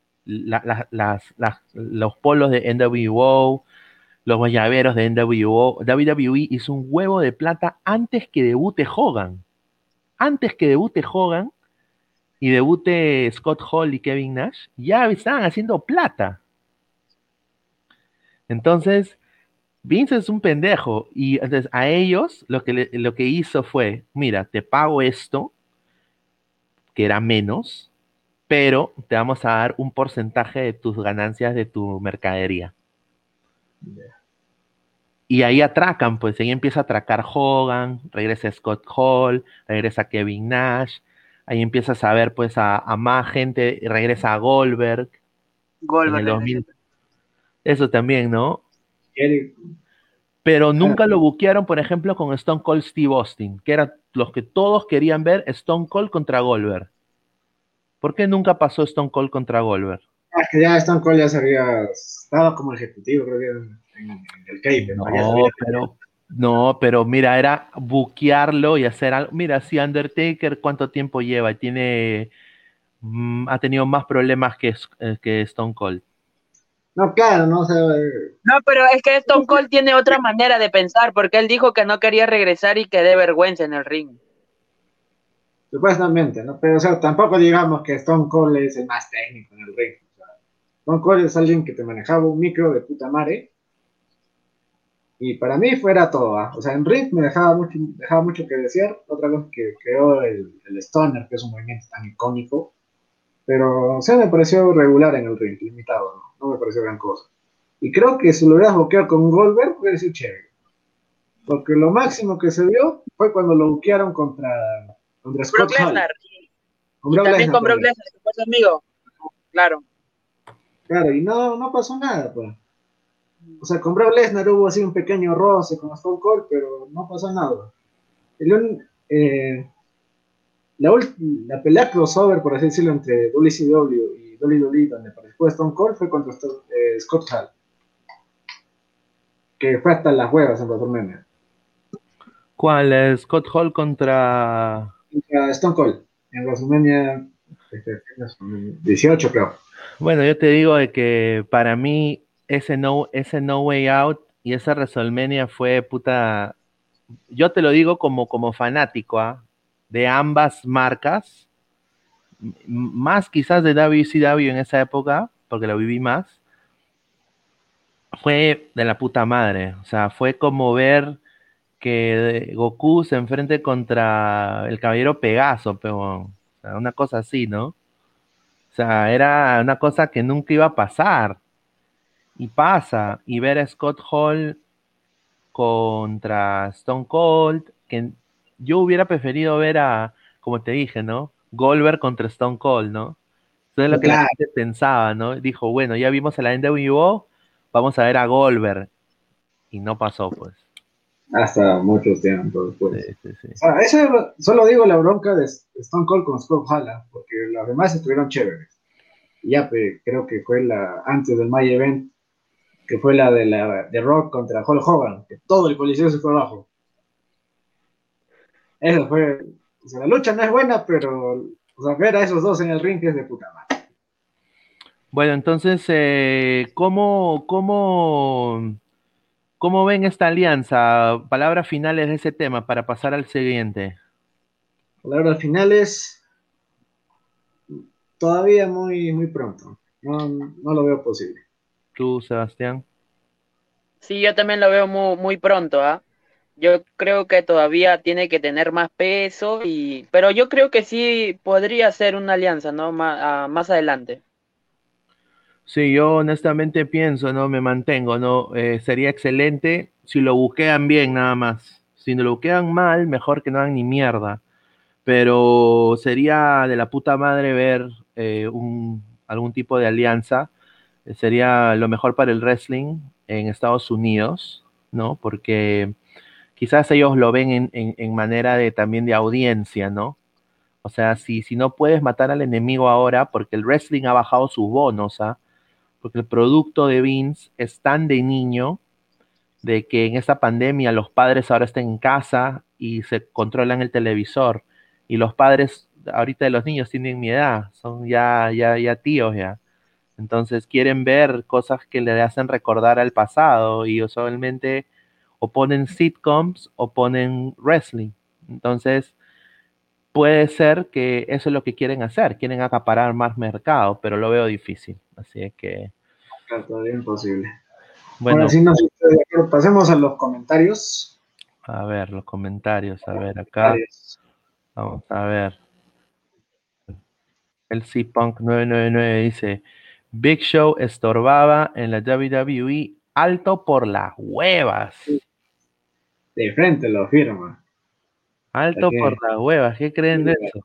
los polos de NWO, los llaveros de NWO. WWE hizo un huevo de plata antes que debute Hogan. Antes que debute Hogan y debute Scott Hall y Kevin Nash, ya estaban haciendo plata. Entonces, Vince es un pendejo. Y entonces a ellos lo que hizo fue, mira, te pago esto, que era menos, pero te vamos a dar un porcentaje de tus ganancias de tu mercadería. Y ahí atracan, pues ahí empieza a atracar Hogan, regresa Scott Hall, regresa Kevin Nash, ahí empiezas a ver pues a más gente, regresa a Goldberg en Goldberg el regresó. 2000, eso también, ¿no? Eric, Pero ah, nunca lo buquearon, por ejemplo, con Stone Cold Steve Austin, que eran los que todos querían ver Stone Cold contra Goldberg. ¿Por qué nunca pasó Stone Cold contra Goldberg? que ya Stone Cold ya se había estado como ejecutivo, creo que en el Cape, ¿no? Ya se había. No, pero mira, era buquearlo y hacer algo. Mira, si Undertaker, ¿cuánto tiempo lleva? Ha tenido más problemas que Stone Cold. No, claro, no, o sea, No, pero es que Stone Cold tiene otra manera de pensar, porque él dijo que no quería regresar y que dé vergüenza en el ring. supuestamente, ¿no? Pero, o sea, tampoco digamos que Stone Cold es el más técnico en el ring. O sea, Stone Cold es alguien que te manejaba un micro de puta madre. Y para mí fuera todo, ¿ah? O sea, en ring me dejaba mucho que desear. Otra cosa que creó el Stoner, que es un movimiento tan icónico. Pero, o sea, me pareció regular en el ring, limitado, ¿no? No me pareció gran cosa. Y creo que si lo hubieras bloqueado con Goldberg, hubiera sido chévere. Porque lo máximo que se vio fue cuando lo buquearon contra Brock Scott Hall. Lesnar. Con Y Brock también Lesnar, con Brock perdón. Lesnar, que fue su amigo. Claro. Claro, y no pasó nada, pues. O sea, con Brock Lesnar hubo así un pequeño roce con Stone Cold, pero no pasó nada. La pelea crossover, por así decirlo, entre WCW y WWE, donde participó Stone Cold, fue contra Scott Hall, que fue hasta las huevas en WrestleMania. ¿Cuál? Scott Hall contra... Contra Stone Cold, en WrestleMania 18, creo. Bueno, yo te digo de que para mí ese no Way Out y esa WrestleMania fue puta... Yo te lo digo como fanático, ¿ah? De ambas marcas, más quizás de WCW en esa época, porque lo viví más, fue de la puta madre. O sea, fue como ver que Goku se enfrente contra el Caballero Pegaso, pero, o sea, una cosa así, ¿no? O sea, era una cosa que nunca iba a pasar. Y pasa. Y ver a Scott Hall contra Stone Cold, que yo hubiera preferido ver como te dije, ¿no? Goldberg contra Stone Cold, ¿no? Eso es lo Pero que la claro, gente pensaba, ¿no? Dijo, bueno, ya vimos a la NWO, vamos a ver a Goldberg. Y no pasó, pues. hasta muchos tiempos Sí, después. sí, sí. O sea, eso solo digo la bronca de Stone Cold con Scott Hall, ¿ah? Porque las demás estuvieron chéveres. Y ya, creo que fue antes del May Event, que fue de Rock contra Hulk Hogan, que todo el coliseo se fue abajo. Eso fue, o sea, la lucha no es buena, pero, o sea, ver a esos dos en el ring es de puta madre. Bueno, entonces, ¿cómo ven esta alianza? Palabras finales de ese tema para pasar al siguiente. La verdad, al final es todavía muy, muy pronto. No lo veo posible. Tú, Sebastián. Sí, yo también lo veo muy, muy pronto, ¿ah? Yo creo que todavía tiene que tener más peso, pero yo creo que sí podría ser una alianza, ¿no? Más adelante. Sí, yo honestamente pienso, ¿no? Me mantengo, ¿no? Sería excelente si lo buquean bien nada más. Si no lo buquean mal, mejor que no hagan ni mierda. Pero sería de la puta madre ver algún tipo de alianza. Sería lo mejor para el wrestling en Estados Unidos, ¿no? Porque quizás ellos lo ven en manera de también de audiencia, ¿no? O sea, si no puedes matar al enemigo ahora, porque el wrestling ha bajado sus bonos, ¿ah? Porque el producto de Vince es tan de niño de que en esta pandemia los padres ahora están en casa y se controlan el televisor. Y los padres ahorita de los niños tienen mi edad, son ya tíos ya. Entonces quieren ver cosas que le hacen recordar al pasado y usualmente o ponen sitcoms o ponen wrestling. Entonces puede ser que eso es lo que quieren hacer, quieren acaparar más mercado, pero lo veo difícil. Así es que, Claro, todavía imposible. Ahora bueno, sí, no estoy de acuerdo. Pasemos a los comentarios. a ver los comentarios, a ver acá, Comentarios. vamos a ver. El C-Punk 999 dice, Big Show estorbaba en la WWE alto por las huevas. De frente lo firma. Alto por las huevas, ¿qué creen de eso?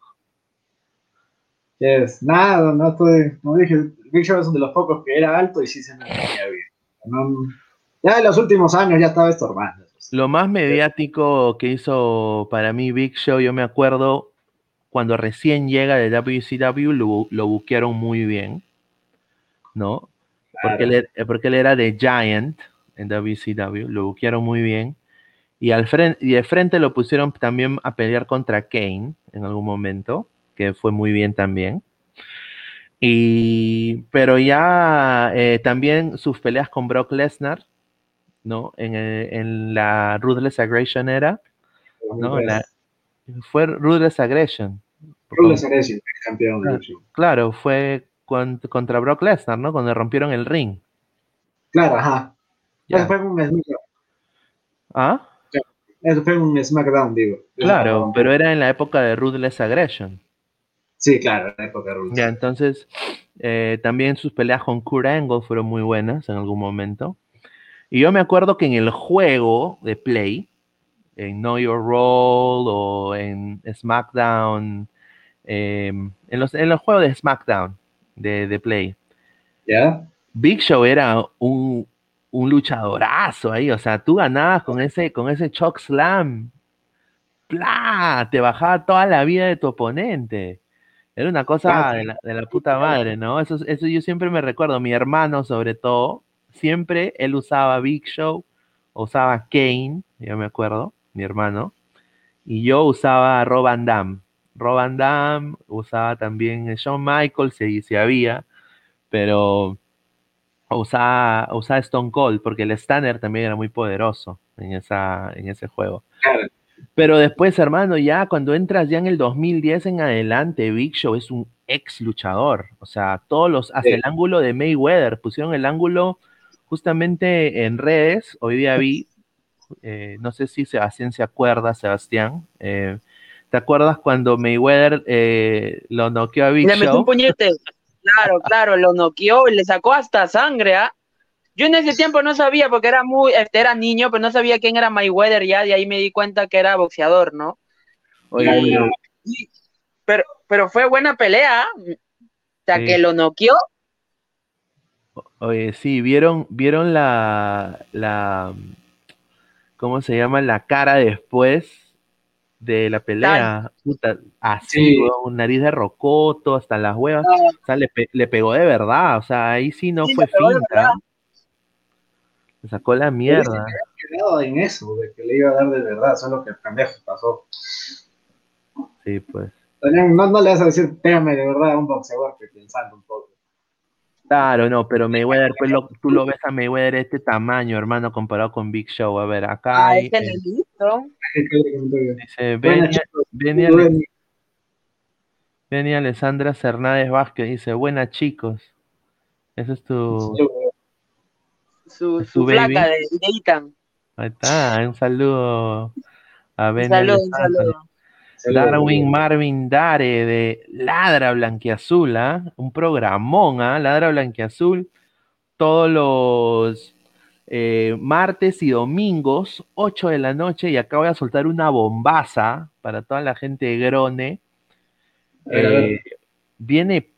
Nada, no estoy, como dije, Big Show es de los pocos que era alto y sí se mantenía bien. No, ya en los últimos años ya estaba estorbando. Lo más mediático que hizo para mí Big Show, yo me acuerdo cuando recién llega de WCW, lo buquearon muy bien, ¿no? Claro. Porque él era de Giant en WCW, lo buquearon muy bien. Y de frente lo pusieron también a pelear contra Kane en algún momento, que fue muy bien también. Pero ya también sus peleas con Brock Lesnar, ¿no? En la Ruthless Aggression era, ¿no? 2003. Fue Ruthless Aggression. Rules Arecio, campeón de Big Show. Claro, fue contra Brock Lesnar, ¿no? Cuando rompieron el ring. Claro, ajá. Eso Ya. fue un SmackDown. ¿Ah? Eso fue un SmackDown, digo. Eso cuando Claro, rompió. pero era en la época de Ruthless Aggression. Sí, claro, en la época de Ya, Rules. entonces también sus peleas con Kurt Angle fueron muy buenas en algún momento. Y yo me acuerdo que en el juego de Play, en Know Your Role o en SmackDown, en los juegos de SmackDown de Play, ¿Ya? Big Show era un luchadorazo ahí, o sea, tú ganabas con ese choke slam, ¡plá! Te bajaba toda la vida de tu oponente. Era una cosa Fácil. de la puta madre, ¿no? Eso yo siempre me recuerdo, mi hermano sobre todo, siempre él usaba Big Show, usaba Kane, yo me acuerdo, mi hermano, y yo usaba Rob Van Dam. Rob Van Dam, usaba también Shawn Michaels, si había, pero usaba Stone Cold, porque el Stunner también era muy poderoso en ese juego. Claro. Pero después, hermano, ya cuando entras ya en el 2010 en adelante, Big Show es un ex luchador. O sea, hasta el Sí. ángulo de Mayweather, pusieron el ángulo justamente en redes. Hoy día vi, no sé si Sebastián se acuerda, Sebastián. ¿Te acuerdas cuando Mayweather lo noqueó a Big Le metió un Show? puñete. Claro, claro, lo noqueó y le sacó hasta sangre, ¿ah? Yo en ese tiempo no sabía porque era niño, pero no sabía quién era Mayweather ya, de ahí me di cuenta que era boxeador, ¿no? Oye, Y, pero fue buena pelea, ¿ah? O sea, que sí, lo noqueó. oye, sí, vieron ¿cómo se llama? La cara después de la Tal, pelea, puta, así, Sí. weón, nariz de rocoto, hasta las huevas, o sea, le pegó de verdad, o sea, ahí sí no sí, le fue pegó de finta, verdad. le sacó la Pero dice que mierda. había quedado en eso, de que le iba a dar de verdad, solo que el pendejo pasó. Sí, pues. No le vas a decir, pégame de verdad a un boxeador que pensando un poco. Claro, no, pero Mayweather, pues tú lo ves a Mayweather este tamaño, hermano, comparado con Big Show. A ver, acá Ah, hay, ese le listo. dice, Buenas chicos, Benia Alessandra Hernández Vázquez, dice, buenas chicos, ese es tu Su baby. flaca de Ethan. Ahí está, un saludo a Un Ben saludo, un Elefante. saludo. Darwin Marvin Dare de Ladra Blanquiazul, ¿ah? Un programón, ¿ah? Ladra Blanquiazul, todos los martes y domingos, 8 de la noche, y acá voy a soltar una bombaza para toda la gente de Grone. A ver, a ver. Viene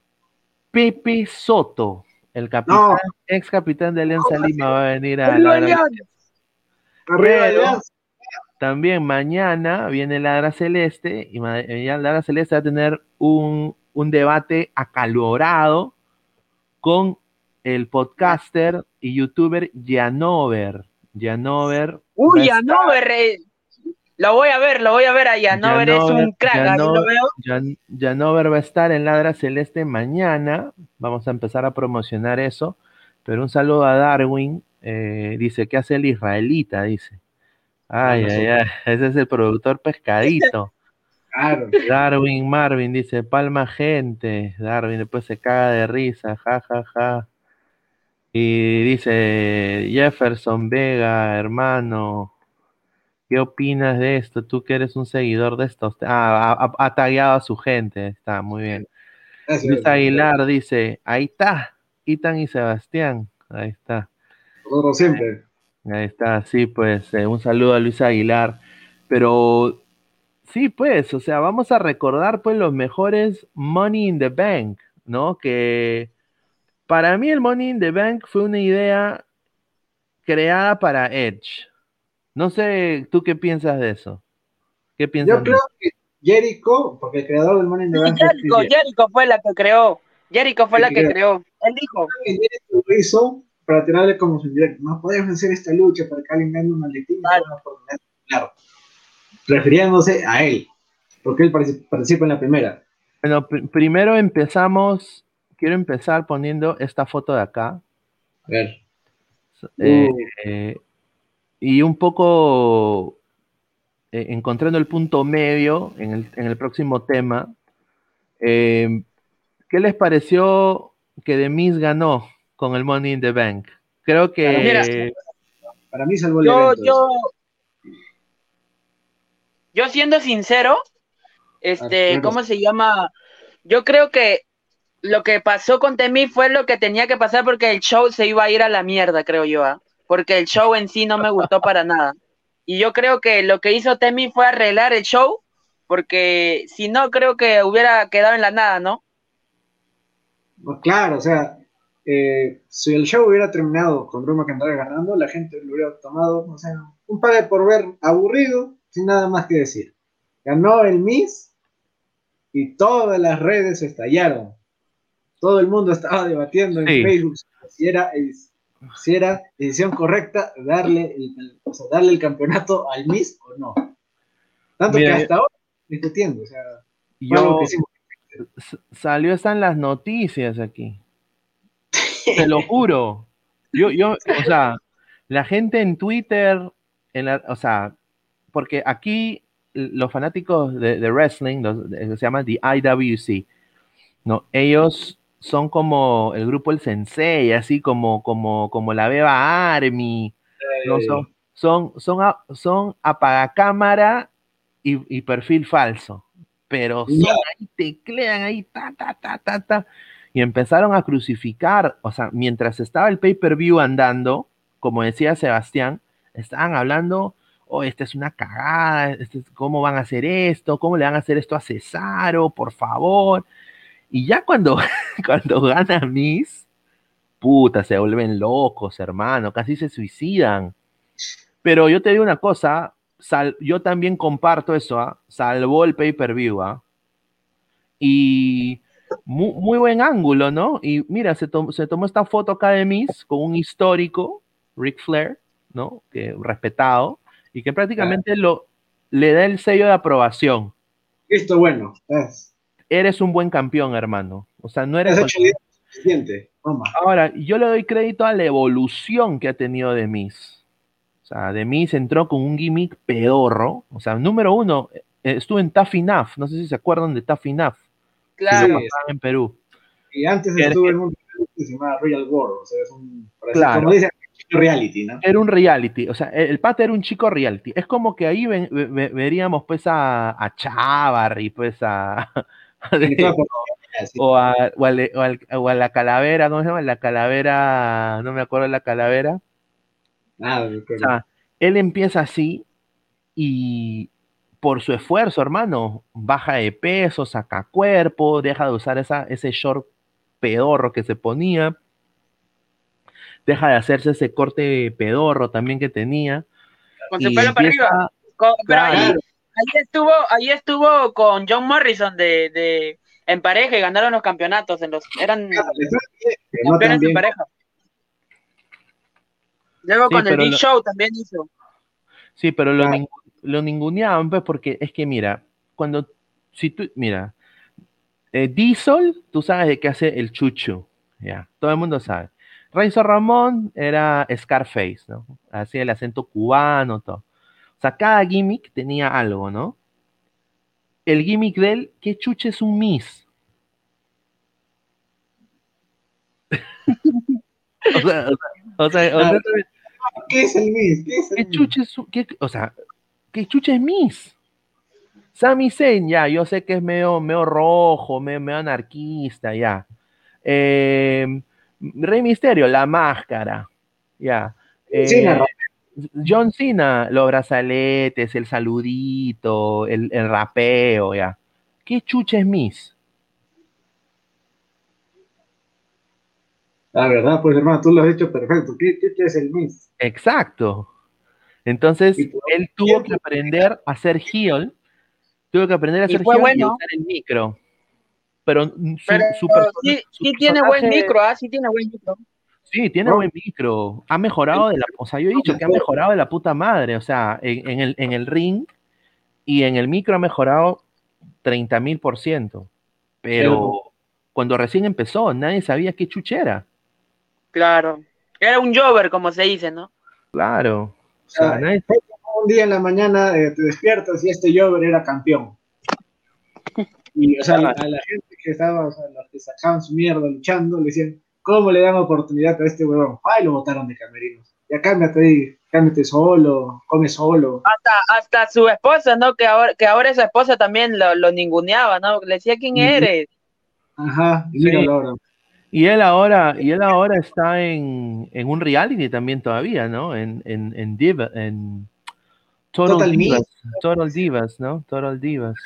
Pepe Soto, el No, capitán, ex capitán de Alianza ¿cómo así? Lima, va a venir a ¡Arriba, Ladra León! Blanquiazul. Arriba Pero Alianza. también mañana viene Ladra Celeste y ya Ladra Celeste va a tener un debate acalorado con el podcaster y youtuber Janover. Janover va a Uy, estar, Hanover, lo voy a ver a Hanover, es Janover, un crack, ahí lo Janover, veo. Janover va a estar en Ladra Celeste mañana. Vamos a empezar a promocionar eso. Pero un saludo a Darwin. Dice, ¿qué hace el israelita? Dice. Ah, Ay, no, ay, ay. Ese es el productor pescadito. claro. Darwin Marvin dice, palma gente. Darwin después se caga de risa, ja, ja, ja. Y dice, Jefferson Vega, hermano, ¿qué opinas de esto? Tú que eres un seguidor de estos. Ha tagueado a su gente, está muy bien. Gracias, Luis Aguilar dice, ahí está, Itan y Sebastián. Ahí está, nosotros siempre. ahí está, sí, pues, un saludo a Luis Aguilar. Pero sí, pues, o sea, vamos a recordar pues los mejores Money in the Bank, ¿no? Que para mí el Money in the Bank fue una idea creada para Edge. No sé, ¿tú qué piensas de eso? ¿Qué Yo piensas de creo eso? que Jericho, porque el creador del Money in the Sí, Bank fue Chris Jericho. Jericho fue la que creó. Jericho fue El la que que creó. Él dijo. Jericho lo hizo para tirarle como su indirecto. No podemos hacer esta lucha para que alguien gane un maletín y Claro. tenga una oportunidad. Claro, refiriéndose a él, porque él participa en la primera. Bueno, primero empezamos, quiero empezar poniendo esta foto de acá. A ver. eh, eh, y un poco encontrando el punto medio en el próximo tema. Eh, ¿Qué les pareció que The Miz ganó con el Money in the Bank? Creo Mira, Para mí salvó el yo, evento eso. yo, yo siendo sincero, Claro, ¿cómo se llama? Yo creo que lo que pasó con Temi fue lo que tenía que pasar porque el show se iba a ir a la mierda, creo yo, ¿ah? Porque el show en sí no me gustó para nada. Y yo creo que lo que hizo Temi fue arreglar el show, porque si no, creo que hubiera quedado en la nada, ¿no? claro, o sea, si el show hubiera terminado con Drew McIntyre ganando, la gente lo hubiera tomado, o sea, un pague por ver aburrido, sin nada más que decir. Ganó el Miss y todas las redes estallaron. Todo el mundo estaba debatiendo en sí, Facebook si era decisión correcta o sea, darle el campeonato al Miss o no. Tanto que mira, hasta ahora discutiendo, o sea, fue algo que yo hicimos. salió están las noticias aquí. Te lo juro. O sea, la gente en Twitter, o sea, porque aquí los fanáticos de wrestling, se llama The IWC, ¿no? Ellos son como el grupo El Sensei, así como la Beba Army, ¿no? Eh, Son apagacámara y perfil falso, pero ya, son ahí, teclean ahí, ta, ta, ta, ta, ta, y empezaron a crucificar, o sea, mientras estaba el pay-per-view andando, como decía Sebastián, estaban hablando, oh, esta es una cagada, ¿cómo van a hacer esto? ¿Cómo le van a hacer esto a Cesaro? Por favor. Y ya cuando, cuando gana Miss, puta, se vuelven locos, hermano, casi se suicidan. Pero yo te digo una cosa, yo también comparto eso, ¿ah? Salvó el pay-per-view, ¿ah? Y muy, buen ángulo, ¿no? Y mira, se tomó esta foto acá de Miss con un histórico, Ric Flair, ¿no? Que respetado, y que ya. prácticamente le da el sello de aprobación. Listo, bueno, Eres un buen campeón, hermano. O sea, no eres has hecho cualquier. bien suficiente. Toma. Ahora, yo le doy crédito a la evolución que ha tenido The Miz. O sea, The Miz entró con un gimmick pedorro. O sea, número uno, estuvo en Tough Enough. No sé si se acuerdan de Tough Enough, que lo Claro. Sí, pasaban en Perú. y antes Era- estuvo en un que se llamaba Royal War, o sea, es como Claro, dice, reality, ¿no? Era un reality, o sea, el pata era un chico reality. Es como que ahí veríamos pues a Chávarri, pues Y todo por- sí. o a la calavera, ¿cómo se llama? La calavera, no me acuerdo de la calavera. Nada, O sea, él empieza así y por su esfuerzo, hermano, baja de peso, saca cuerpo, deja de usar ese short pedorro que se ponía, deja de hacerse ese corte pedorro también que tenía Con su y pelo para empieza, arriba. Pero claro, ahí estuvo con John Morrison en pareja y ganaron los campeonatos. Eran pero no tan campeones en bien. pareja. Luego sí, con el Big Show también hizo. sí, pero Claro. lo ninguneaban, pues, porque es que, mira, mira, Diesel, tú sabes de qué hace el chuchu, ya, todo el mundo sabe. Razor Ramón era Scarface, ¿no? Hacía el acento cubano, todo. O sea, cada gimmick tenía algo, ¿no? El gimmick de él, ¿qué chucha es un Miss? O sea, Claro. honestamente, ¿Qué es el Miss? ¿Qué es el ¿qué Miss? chucha es, o sea, qué chucha es Miss? Sami Zayn, ya, yo sé que es medio rojo, medio anarquista, ya. Eh, Rey Misterio, la máscara, ya. Sí, Eh, John Cena, los brazaletes, el saludito, el rapeo, ya. ¿Qué chucha es Miss? la verdad, pues hermano, tú lo has dicho perfecto. ¿Qué es el Miss? Exacto. Entonces, Y por él tuvo que tiempo, aprender a ser heel, tuvo que aprender a Y ser fue heel y a bueno. usar el micro. Pero Pero su sí tiene buen personaje, micro, sí tiene buen micro. sí, tiene ¿no? buen micro. Ha mejorado o sea, yo he dicho que ha mejorado de la puta madre. O sea, en el ring y en el micro ha mejorado 30.000%. Pero, Pero cuando recién empezó, nadie sabía qué chuchera. Claro. Era un Jover, como se dice, ¿no? Claro. O o sea, sea, un día en la mañana te despiertas y este Jover era campeón. Y, o sea, a la gente que estaba, o sea, los que sacaban su mierda luchando, le decían, ¿cómo le dan oportunidad a este huevón? Ay, lo botaron de camerinos. Ya cámbiate ahí, cámbiate solo, come solo. Hasta su esposa, ¿no? Que ahora esa esposa también lo ninguneaba, ¿no? Le decía, ¿quién Y, eres? ajá, y sí. míralo ahora. Y él ahora está en un reality también todavía, ¿no? En Total Total Divas, Miss. Total Divas, ¿no? Total Divas.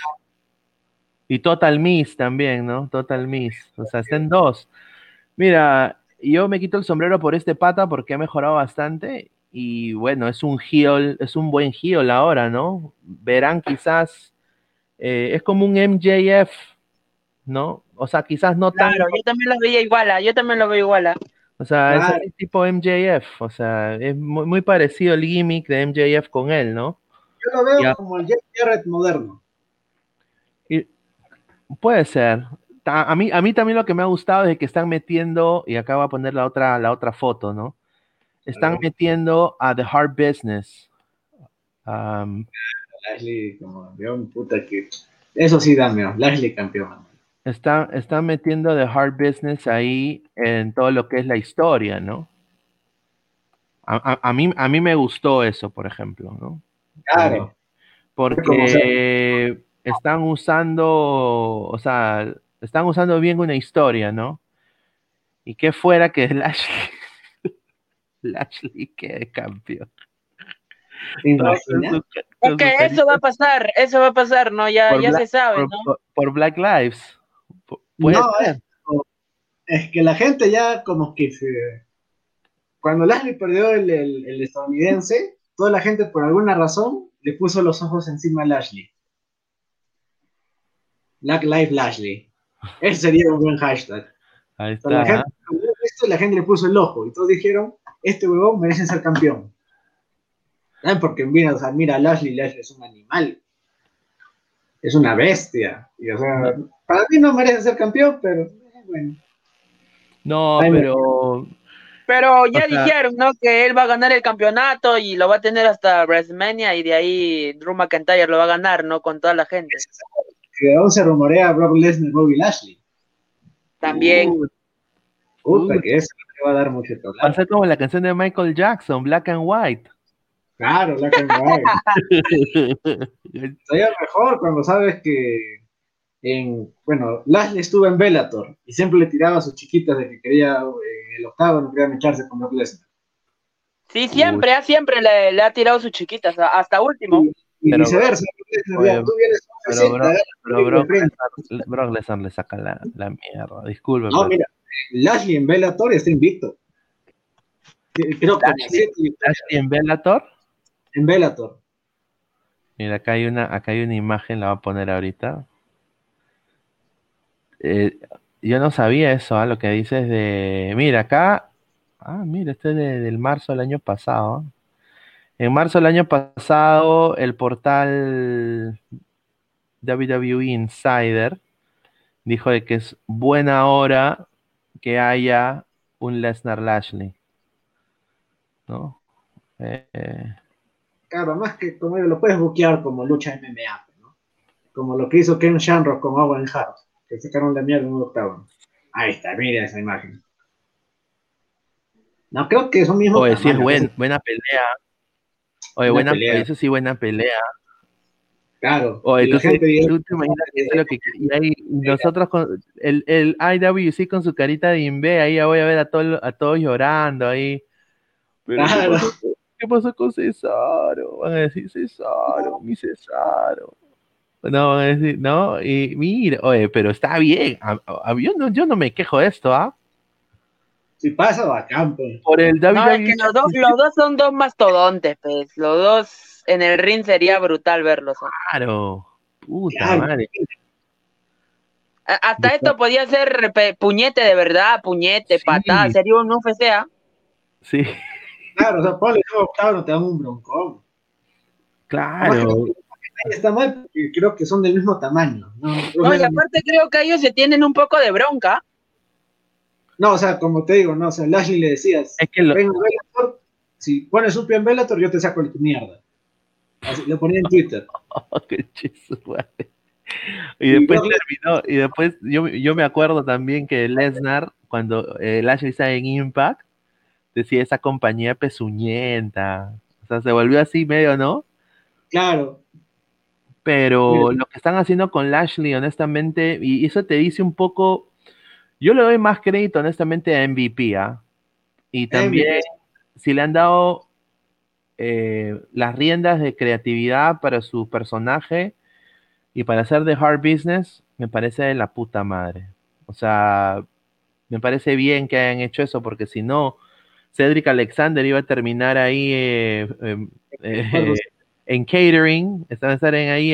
Y Total Miss también, ¿no? Total Miss. O sea, está en dos. Mira, yo me quito el sombrero por este pata porque ha mejorado bastante. Y bueno, es un heel, es un buen heel ahora, ¿no? Verán quizás, es como un MJF, ¿no? O sea, quizás no tan, Claro, yo también lo veía igual, yo también lo veo igual. o sea, es Claro, así tipo MJF, o sea, es muy parecido el gimmick de MJF con él, ¿no? yo lo Y, veo como el Jeff Jarrett moderno. y puede ser. A mí también lo que me ha gustado es que están metiendo, y acá voy a poner la otra foto, ¿no? A Están ver, metiendo a The Hard Business. Um, Lashley como campeón, puta que. Eso sí, dame, Lashley campeón. están metiendo a The Hard Business ahí en todo lo que es la historia, ¿no? A mí me gustó eso, por ejemplo, ¿no? Claro, como sea. Porque están usando, o sea, están usando bien una historia, ¿no? Y qué fuera que Lashley quede campeón. Todo con Imagina. Es su que carita eso va a pasar, ¿no? Ya, por ya Black, se sabe, por, ¿no? por- por Black Lives. Puede No, ser. es que la gente ya como que se. Cuando Lashley perdió el estadounidense, toda la gente por alguna razón le puso los ojos encima a Lashley. Black Lives Lashley. Ese sería un buen hashtag. Ahí O sea, la está. gente, cuando vio esto, la gente le puso el ojo y todos dijeron, este huevón merece ser campeón. ¿Saben? Porque mira, o sea, mira, Lashley es un animal, es una bestia. Y, o sea, No, para mí no merece ser campeón, pero bueno. no, Ahí me- Pero o ya sea, dijeron, ¿no? Que él va a ganar el campeonato y lo va a tener hasta WrestleMania y de ahí Drew McIntyre lo va a ganar, ¿no? Con toda la gente. que aún se rumorea Brock Lesnar, Bobby Lashley. También. Puta, que eso no te va a dar mucho que Va a hablar. ser como la canción de Michael Jackson, Black and White. Claro, Black and White. Sería mejor cuando sabes que bueno, Lashley estuvo en Bellator y siempre le tiraba a sus chiquitas de que quería en el octavo no quería echarse con Brock Lesnar. Sí, Uy, siempre le ha tirado sus chiquitas, hasta último. Y pero bro, viceversa, oye, tú vienes con pero 60, Brock Lesnar le saca la mierda. Disculpe, no, pero mira, Lashley en Bellator está invicto. Creo como Lashley, 7 victorias Lashley en Bellator. en Bellator. Mira, acá hay una imagen, la voy a poner ahorita. Eh, yo no sabía eso, lo que dices de. Mira, acá. Mira, este es del marzo del año pasado. En marzo del año pasado, el portal WWE Insider dijo de que es buena hora que haya un Lesnar Lashley, ¿no? Eh, Claro, más que como lo puedes buquear como lucha MMA, ¿no? Como lo que hizo Ken Shamrock con Owen Hart, que sacaron la mierda en un octavo. Ahí está, mira esa imagen. No creo que es un mismo Oye, sí es tamaño, buena pelea. Oye, una pelea, eso sí, buena pelea. claro. Oye, Y la gente dice, tú te imaginas que eso es lo que. Y ahí nosotros con el IWC con su carita de Inve, ahí ya voy a ver a todos llorando ahí. Pero claro, ¿qué pasó con Cesaro? Van a decir Cesaro, mi Cesaro. No, van a decir, no, y mira, oye, pero está bien. Yo no me quejo de esto, ¿ah? si pasa bacán, pues. Por el No, es que WWE, los dos son dos mastodontes, pues. Los dos en el ring sería brutal verlos. claro. Puta Claro, madre. Hasta esto podía ser puñete de verdad, puñete, patada, Sí, sería un UFC, ¿ah? sí, claro, o sea, ponle que octavo no te dan un broncón. Además creo claro. que ahí está mal porque creo que son del mismo tamaño. No, No, y aparte creo que ellos se tienen un poco de bronca. no, o sea, como te digo, no, o sea, Lashley le decías, Es que lo, venga, Bellator, si pones un pie en Bellator, yo te saco de tu mierda. Así, lo ponía en Twitter. qué chizo, madre. Y Y después Brock terminó, y después yo me acuerdo también que Lesnar, cuando Lashley estaba en Impact, decía esa compañía pezuñenta. O sea, se volvió así medio, ¿no? claro, mira, Pero lo que están haciendo con Lashley, honestamente, y eso te dice un poco, yo le doy más crédito, honestamente, a MVP, ¿ah? Y también, MVP, si le han dado las riendas de creatividad para su personaje y para hacer de hard business, me parece de la puta madre. O sea, me parece bien que hayan hecho eso, porque si no, Cedric Alexander iba a terminar ahí algo eh, en catering, están a estar ahí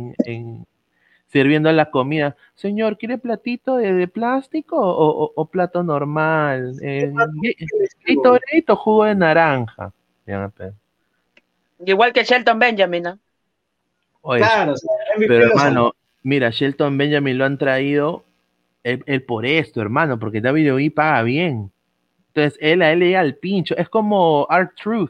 sirviendo la comida. Señor, ¿quiere platito de plástico o plato normal? Gatorade o jugo de naranja. Ya, Igual que Shelton Benjamin, ¿no? oye, claro, o sea, MVP pero lo salvó. hermano, mira, Shelton Benjamin lo han traído él por esto, hermano, porque WWE paga bien. Entonces, a él le llega al pincho. Es como R-Truth.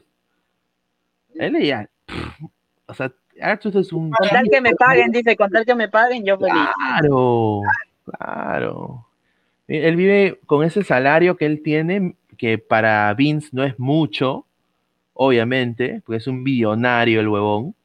Él le llega, o sea, R-Truth es un Con tal chiste. que me paguen, dice, con tal que me paguen, yo feliz. Claro, claro. Él vive con ese salario que él tiene, que para Vince no es mucho, obviamente, porque es un billonario el huevón.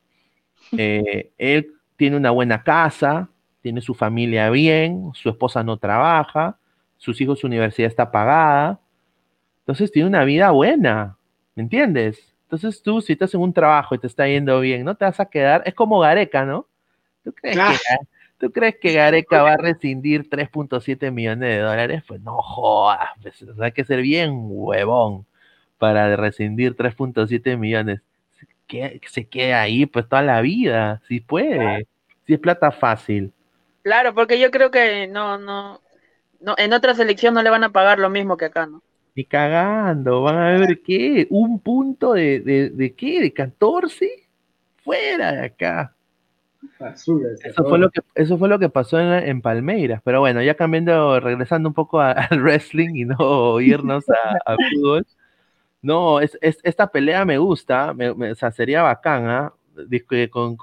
Él tiene una buena casa, tiene su familia bien, su esposa no trabaja, sus hijos, su universidad está pagada. Entonces tiene una vida buena, ¿me entiendes? Entonces tú, si estás en un trabajo y te está yendo bien, no te vas a quedar, es como Gareca, ¿no? ¿Tú crees que, Claro, ¿tú crees que Gareca va a rescindir 3.7 millones de dólares? Pues no jodas, pues, o sea, hay que ser bien huevón para rescindir 3.7 millones. Que se quede ahí pues toda la vida, si puede, si es plata fácil. Claro, porque yo creo que no, en otra selección no le van a pagar lo mismo que acá, ¿no? Ni cagando, van a ver qué, un punto de qué, de 14 fuera de acá. basura ese juego. Eso fue lo que pasó en Palmeiras, pero bueno, ya cambiando, regresando un poco al wrestling y no irnos a fútbol. No, esta pelea me gusta, o sea, sería bacana,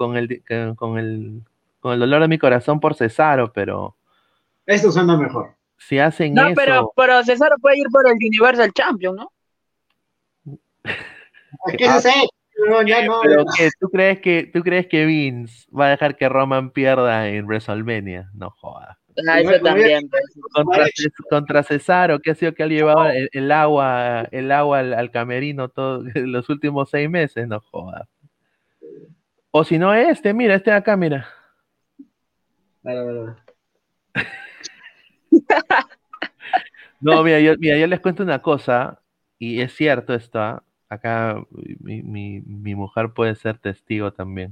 con el dolor de mi corazón por Cesaro, pero Esto suena mejor. si hacen No, eso... pero Cesaro puede ir por el Universal Champion, ¿no? ¿Qué es ese? No, ya no. ¿Pero qué? ¿Tú crees que Vince va a dejar que Roman pierda en WrestleMania? No jodas. Ah, eso también. Contra Cesaro, que ha sido que ha llevado el agua al camerino los últimos 6 meses, no jodas. O si no, mira, de acá, mira. Claro. No, mira, yo les cuento una cosa, y es cierto esto, ¿ah? Acá mi mujer puede ser testigo también.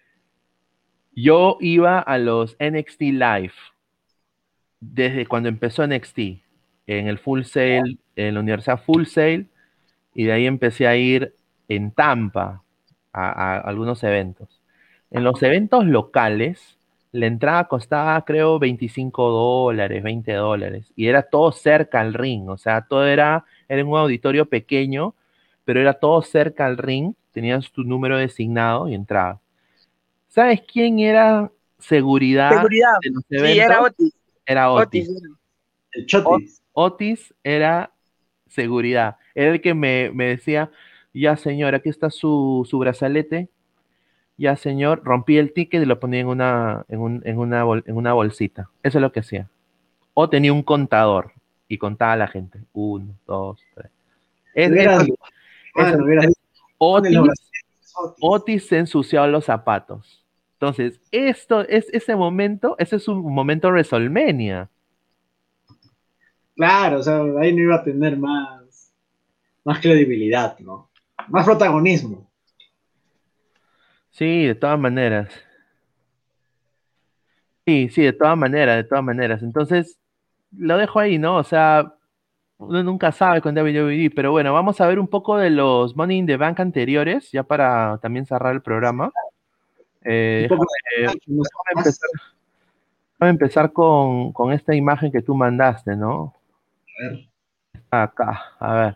Yo iba a los NXT Live desde cuando empezó NXT, en el Full Sail, en la Universidad Full Sail, y de ahí empecé a ir en Tampa a algunos eventos. En los eventos locales, la entrada costaba, creo, $25, $20, y era todo cerca al ring, o sea, todo era un auditorio pequeño, pero era todo cerca al ring, tenías tu número designado y entrabas. ¿Sabes quién era seguridad Seguridad. de los Sí, era eventos? Otis. Era Otis. El Chotis. Otis era seguridad. Era el que me decía, ya señor, aquí está su brazalete. Ya señor, rompí el ticket y lo ponía en una bolsita. Eso es lo que hacía. O tenía un contador y contaba a la gente. 1, 2, 3. Otis se ensuciaba los zapatos. Entonces, ese es un momento WrestleMania. Claro, o sea, ahí no iba a tener más credibilidad, ¿no? Más protagonismo. Sí, de todas maneras. Sí, de todas maneras, de todas maneras. Entonces, lo dejo ahí, ¿no? O sea, uno nunca sabe con WWE, pero bueno, vamos a ver un poco de los Money in the Bank anteriores, ya para también cerrar el programa. Déjame empezar con esta imagen que tú mandaste, ¿no? A ver. Acá, a ver.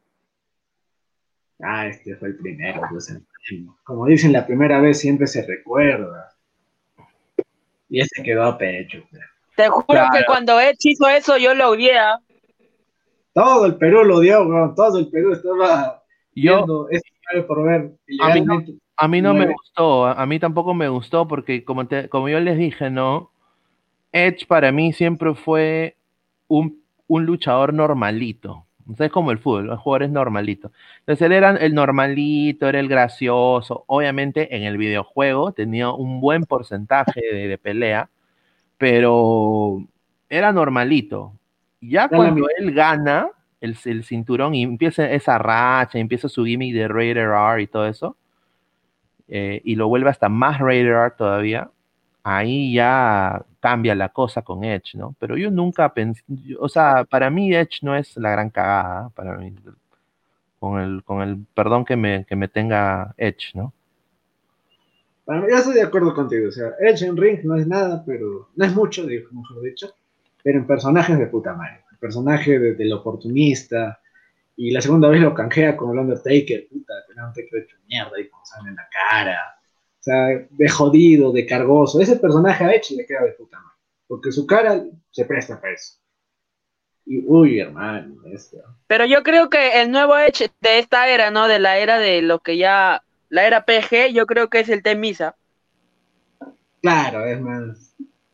Este fue el primero, pues. Como dicen, la primera vez siempre se recuerda. Y ese quedó a pecho. Pues. Te juro que cuando Edge hizo eso, yo lo odié. Todo el Perú lo odió, bro. Todo el Perú estaba viendo esto por ver. A mí no me gustó, a mí tampoco me gustó, porque como yo les dije, ¿no? Edge para mí siempre fue un luchador normalito. Es como el fútbol, los jugadores normalitos. Entonces él era el normalito, era el gracioso. Obviamente en el videojuego tenía un buen porcentaje de pelea, pero era normalito. Ya cuando él gana el cinturón y empieza esa racha, empieza su gimmick de Rated R y todo eso, y lo vuelve hasta más Rated R todavía, ahí ya cambia la cosa con Edge, ¿no? Pero yo nunca pensé, o sea, para mí Edge no es la gran cagada, para mí, con el perdón que me tenga Edge, ¿no? Bueno, yo estoy de acuerdo contigo, o sea, Edge en ring no es nada, pero no es mucho, mejor dicho, pero en personajes de puta madre, el personaje del oportunista, y la segunda vez lo canjea con el Undertaker, puta, el Undertaker hecho mierda y con sangre en la cara, o sea, de jodido, de cargoso, ese personaje a Edge le queda de puta madre, porque su cara se presta para eso. Y uy, hermano, esto. Pero yo creo que el nuevo Edge de esta era, ¿no? De la era de lo que ya, la era PG, yo creo que es el T-Misa. Claro, es más.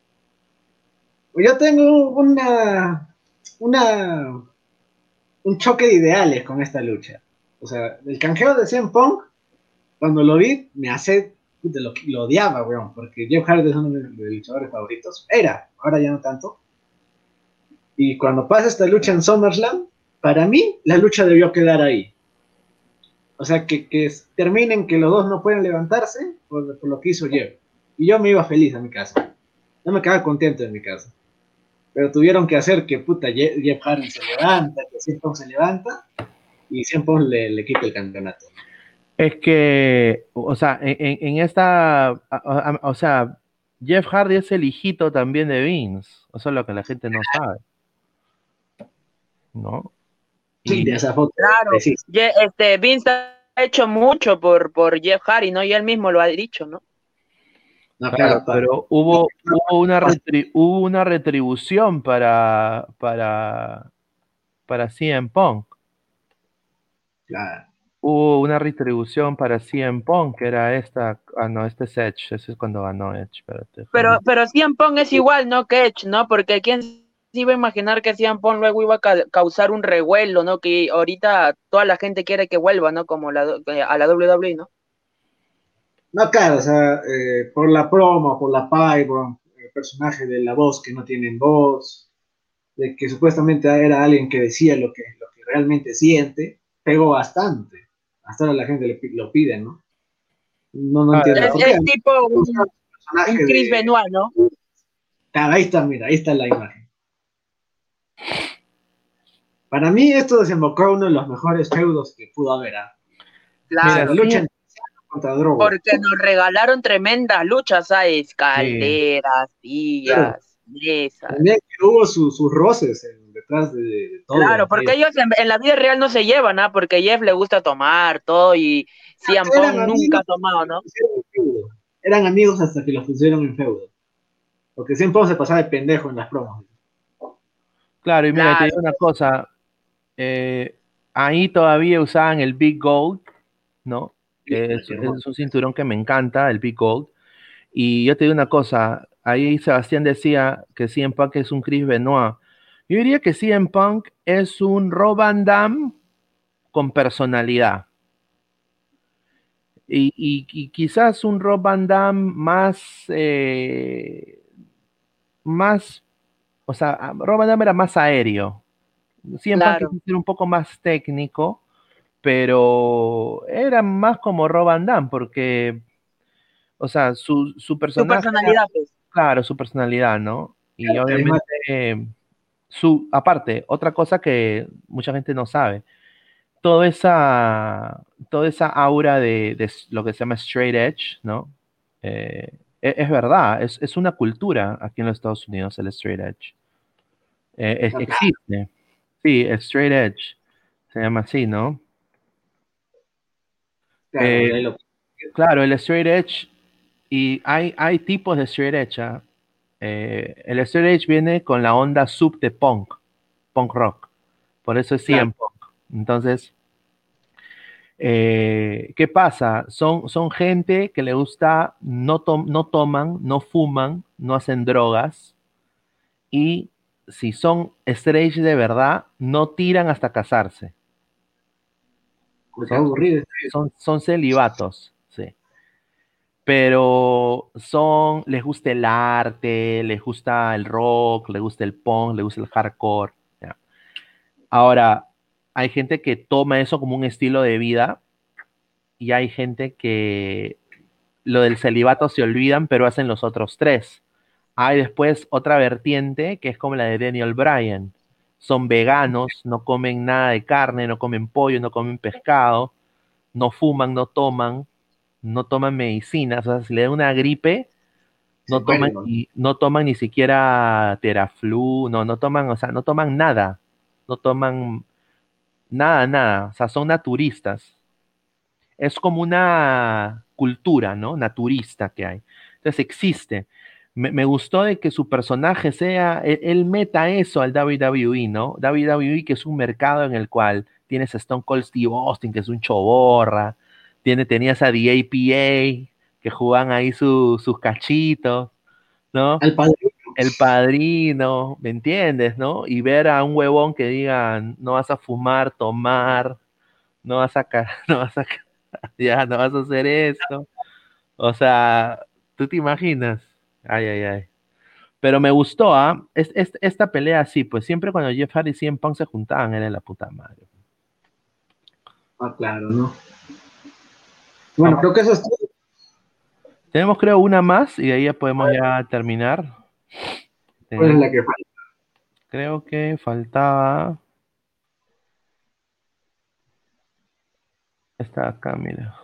Yo tengo un choque de ideales con esta lucha. O sea, el canjeo de CM Punk, cuando lo vi, me hace, lo odiaba, weón, porque Jeff Hardy es uno de mis luchadores favoritos. Ahora ya no tanto. Y cuando pasa esta lucha en SummerSlam, para mí, la lucha debió quedar ahí. O sea, que terminen que los dos no pueden levantarse por lo que hizo Jeff. Y yo me iba feliz a mi casa. Yo me quedaba contento en mi casa. Pero tuvieron que hacer que puta Jeff Hardy se levanta, que CM Punk se levanta, y CM Punk le quita el campeonato. Es que, o sea, en esta, o sea, Jeff Hardy es el hijito también de Vince, eso es lo que la gente no sabe, ¿no? Sí, de esa foto. Claro, Vince ha hecho mucho por Jeff Hardy, ¿no? Y él mismo lo ha dicho, ¿no? No, Claro, claro, pero hubo una retribución para CM Punk. claro. Hubo una retribución para CM Punk, que era esta. Ah, no, este es Edge. Ese es cuando ganó Edge. Espérate, déjame. Pero CM Punk es igual, ¿no? Que Edge, ¿no? Porque quién se iba a imaginar que CM Punk luego iba a causar un revuelo, ¿no? Que ahorita toda la gente quiere que vuelva, ¿no? Como a la WWE, ¿no? No, claro, o sea, por la promo, por la pyro, el personaje de la voz que no tienen voz, de que supuestamente era alguien que decía lo que realmente siente, pegó bastante. Hasta ahora la gente lo pide, ¿no? No, no Claro, entiendo por qué. Es tipo Un un personaje Chris de... Benoit, ¿no? Claro, ahí está, mira, ahí está la imagen. Para mí esto desembocó en uno de los mejores feudos que pudo haber. mira, La Claro, lucha sí, contra Drogo. porque nos regalaron tremendas luchas, ¿sabes? sí. Calderas, Claro, sillas, mesas. también que hubo sus roces detrás de todo. Claro, porque ellos en la vida real no se llevan, ¿ah? Porque a Jeff le gusta tomar todo y CM Eran Punk nunca amigos ha tomado, hasta que los ¿no? pusieron en feudo. Eran amigos hasta que los pusieron en feudo. Porque siempre se pasaba de pendejo en las promos. Claro, y mira, te Claro, digo una cosa. eh, Ahí todavía usaban el Big Gold, ¿no? Que Qué hermoso. es un cinturón que me encanta, el Big Gold. Y yo te digo una cosa. Ahí Sebastián decía que CM Punk es un Chris Benoit. Yo diría que CM Punk es un Rob Van Dam con personalidad. Y quizás un Rob Van Dam más, o sea, Rob Van Dam era más aéreo. CM Punk claro. quizás era un poco más técnico, pero era más como Rob Van Dam, porque, o sea, su Su personaje era, personalidad, pues. claro, su personalidad, ¿no? Y Además, obviamente, aparte, otra cosa que mucha gente no sabe, toda toda esa aura de lo que se llama straight edge, ¿no? Es verdad, es una cultura aquí en los Estados Unidos el straight edge. acá, Existe, sí, el straight edge, se llama así, ¿no? claro, Eh, de ahí lo- claro, el straight edge, y hay tipos de straight edge. El straight edge viene con la onda sub de punk rock, por eso es claro, CM Punk. Entonces, ¿qué pasa? Son gente que le gusta, no toman, no fuman, no hacen drogas y si son straight de verdad, no tiran hasta casarse. O porque es sea, aburrido. son celibatos, sí. Pero les gusta el arte, les gusta el rock, les gusta el punk, les gusta el hardcore. ¿Ya? Ahora, hay gente que toma eso como un estilo de vida y hay gente que lo del celibato se olvidan, pero hacen los otros tres. Hay después otra vertiente que es como la de Daniel Bryan. Son veganos, no comen nada de carne, no comen pollo, no comen pescado, no fuman, no toman medicinas. O sea, si le da una gripe, Se mueren, ¿no? no toman ni siquiera Teraflu, no toman, o sea, no toman nada. No toman nada. O sea, son naturistas. Es como una cultura, ¿no? Naturista que hay. Entonces existe. Me gustó de que su personaje sea, él meta eso al WWE, ¿no? WWE que es un mercado en el cual tienes a Stone Cold Steve Austin, que es un choborra, tenías a The APA, que juegan ahí sus cachitos, ¿no? Al padre. El padrino, ¿me entiendes, no? Y ver a un huevón que diga, no vas a fumar, tomar, no vas a, no vas a ya no vas a hacer esto. O sea, ¿tú te imaginas? Ay, ay, ay. Pero me gustó, ¿ah? Esta pelea sí, pues siempre cuando Jeff Hardy y CM Punk se juntaban, era la puta madre. Ah, claro, ¿no? Bueno, Vamos. creo que eso es todo. Tenemos creo una más y de ahí ya podemos ya terminar. ¿Cuál es Tenemos, la que falta? creo que faltaba esta acá, mira.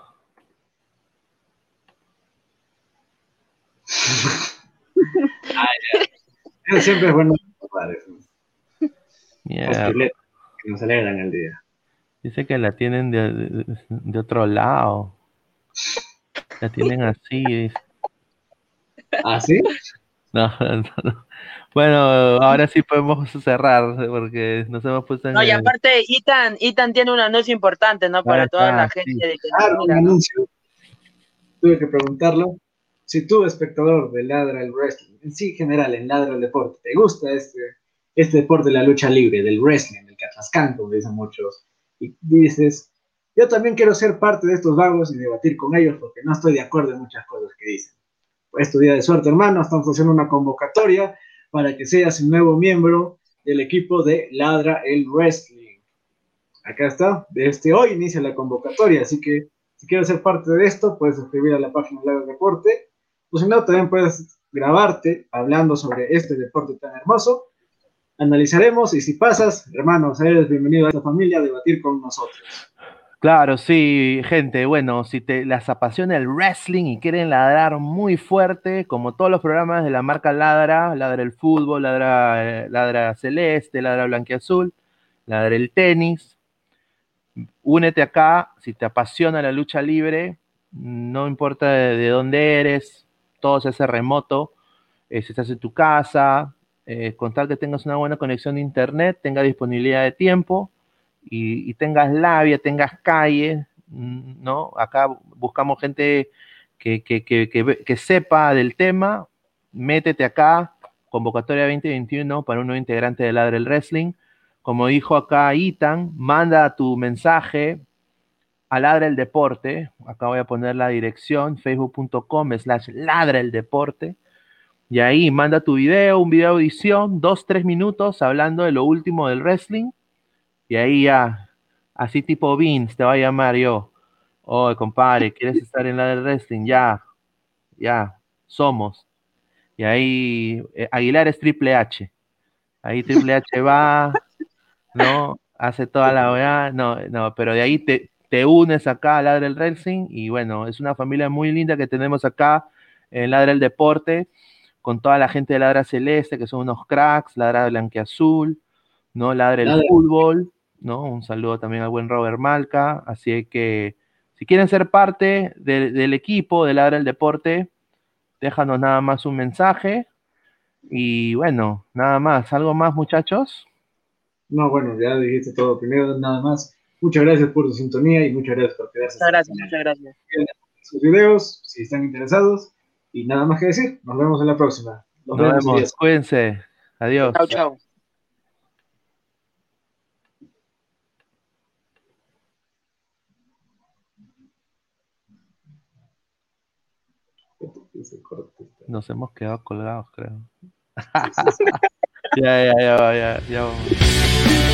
Eso siempre es bueno recordar eso. Esos Mierda. chuletas que nos alegran el día. Dice que la tienen de otro lado. La tienen así. Dice. ¿Ah, sí? No, no. Bueno, ahora sí podemos cerrar porque nos hemos puesto en No, y el... aparte, Ethan tiene un anuncio importante, ¿no? Ahí Para toda la está, gente sí. que nos Claro, un mira, ¿no? anuncio. Tuve que preguntarlo. Si tú, espectador de Ladra el Wrestling, en sí, en general, en Ladra el Deporte, ¿te gusta este deporte de la lucha libre, del wrestling, del catrascán, como dicen muchos? Y dices, yo también quiero ser parte de estos vagos y debatir con ellos porque no estoy de acuerdo en muchas cosas que dicen. Es tu día de suerte, hermano. Estamos haciendo una convocatoria para que seas un nuevo miembro del equipo de Ladra el Wrestling. Acá está, desde hoy inicia la convocatoria, así que si quieres ser parte de esto, puedes escribir a la página del deporte, o si no, también puedes grabarte hablando sobre este deporte tan hermoso. Analizaremos y si pasas, hermanos, eres bienvenido a esta familia a debatir con nosotros. Claro, sí, gente, bueno, si te las apasiona el wrestling y quieren ladrar muy fuerte, como todos los programas de la marca Ladra, Ladra el fútbol, Ladra celeste, Ladra blanquiazul, Ladra el tenis, únete acá, si te apasiona la lucha libre, no importa de dónde eres, todo se hace remoto, si estás en tu casa, con tal que tengas una buena conexión de internet, tengas disponibilidad de tiempo y tengas labia, tengas calle, ¿no? Acá buscamos gente que sepa del tema, métete acá, convocatoria 2021 para un nuevo integrante de Ladre el Wrestling. Como dijo acá Ethan, manda tu mensaje a Ladra el Deporte. Acá voy a poner la dirección, facebook.com/Ladra el Deporte. Y ahí manda tu video, un video edición, 2, 3 minutos hablando de lo último del wrestling. Y ahí ya, así tipo Vince, te va a llamar yo. Oye, compadre, ¿quieres estar en la del wrestling? Ya, ya, somos. Y ahí Aguilar es Triple H. Ahí Triple H va, ¿no? Hace toda la weá, no, no, pero de ahí te unes acá a Ladra el Wrestling y bueno, es una familia muy linda que tenemos acá en Ladra el Deporte, con toda la gente de Ladra Celeste, que son unos cracks, Ladra Blanquiazul, ¿no? Ladra el Nada, Fútbol, ¿no? Un saludo también al buen Robert Malca, así que si quieren ser parte del equipo de Ladra el Deporte, déjanos nada más un mensaje y bueno, nada más, ¿algo más muchachos? no, bueno, ya dijiste todo. Primero, nada más, muchas gracias por tu sintonía y muchas gracias por quedarse Muchas hasta el gracias, final. muchas gracias. Miren sus videos, si están interesados, y nada más que decir. Nos vemos en la próxima. Nos Nos vemos y vemos, días. cuídense, Chau, adiós. chau. Nos hemos quedado colgados, creo. Sí, sí, sí. Ya, ya, ya, ya, ya. Vamos.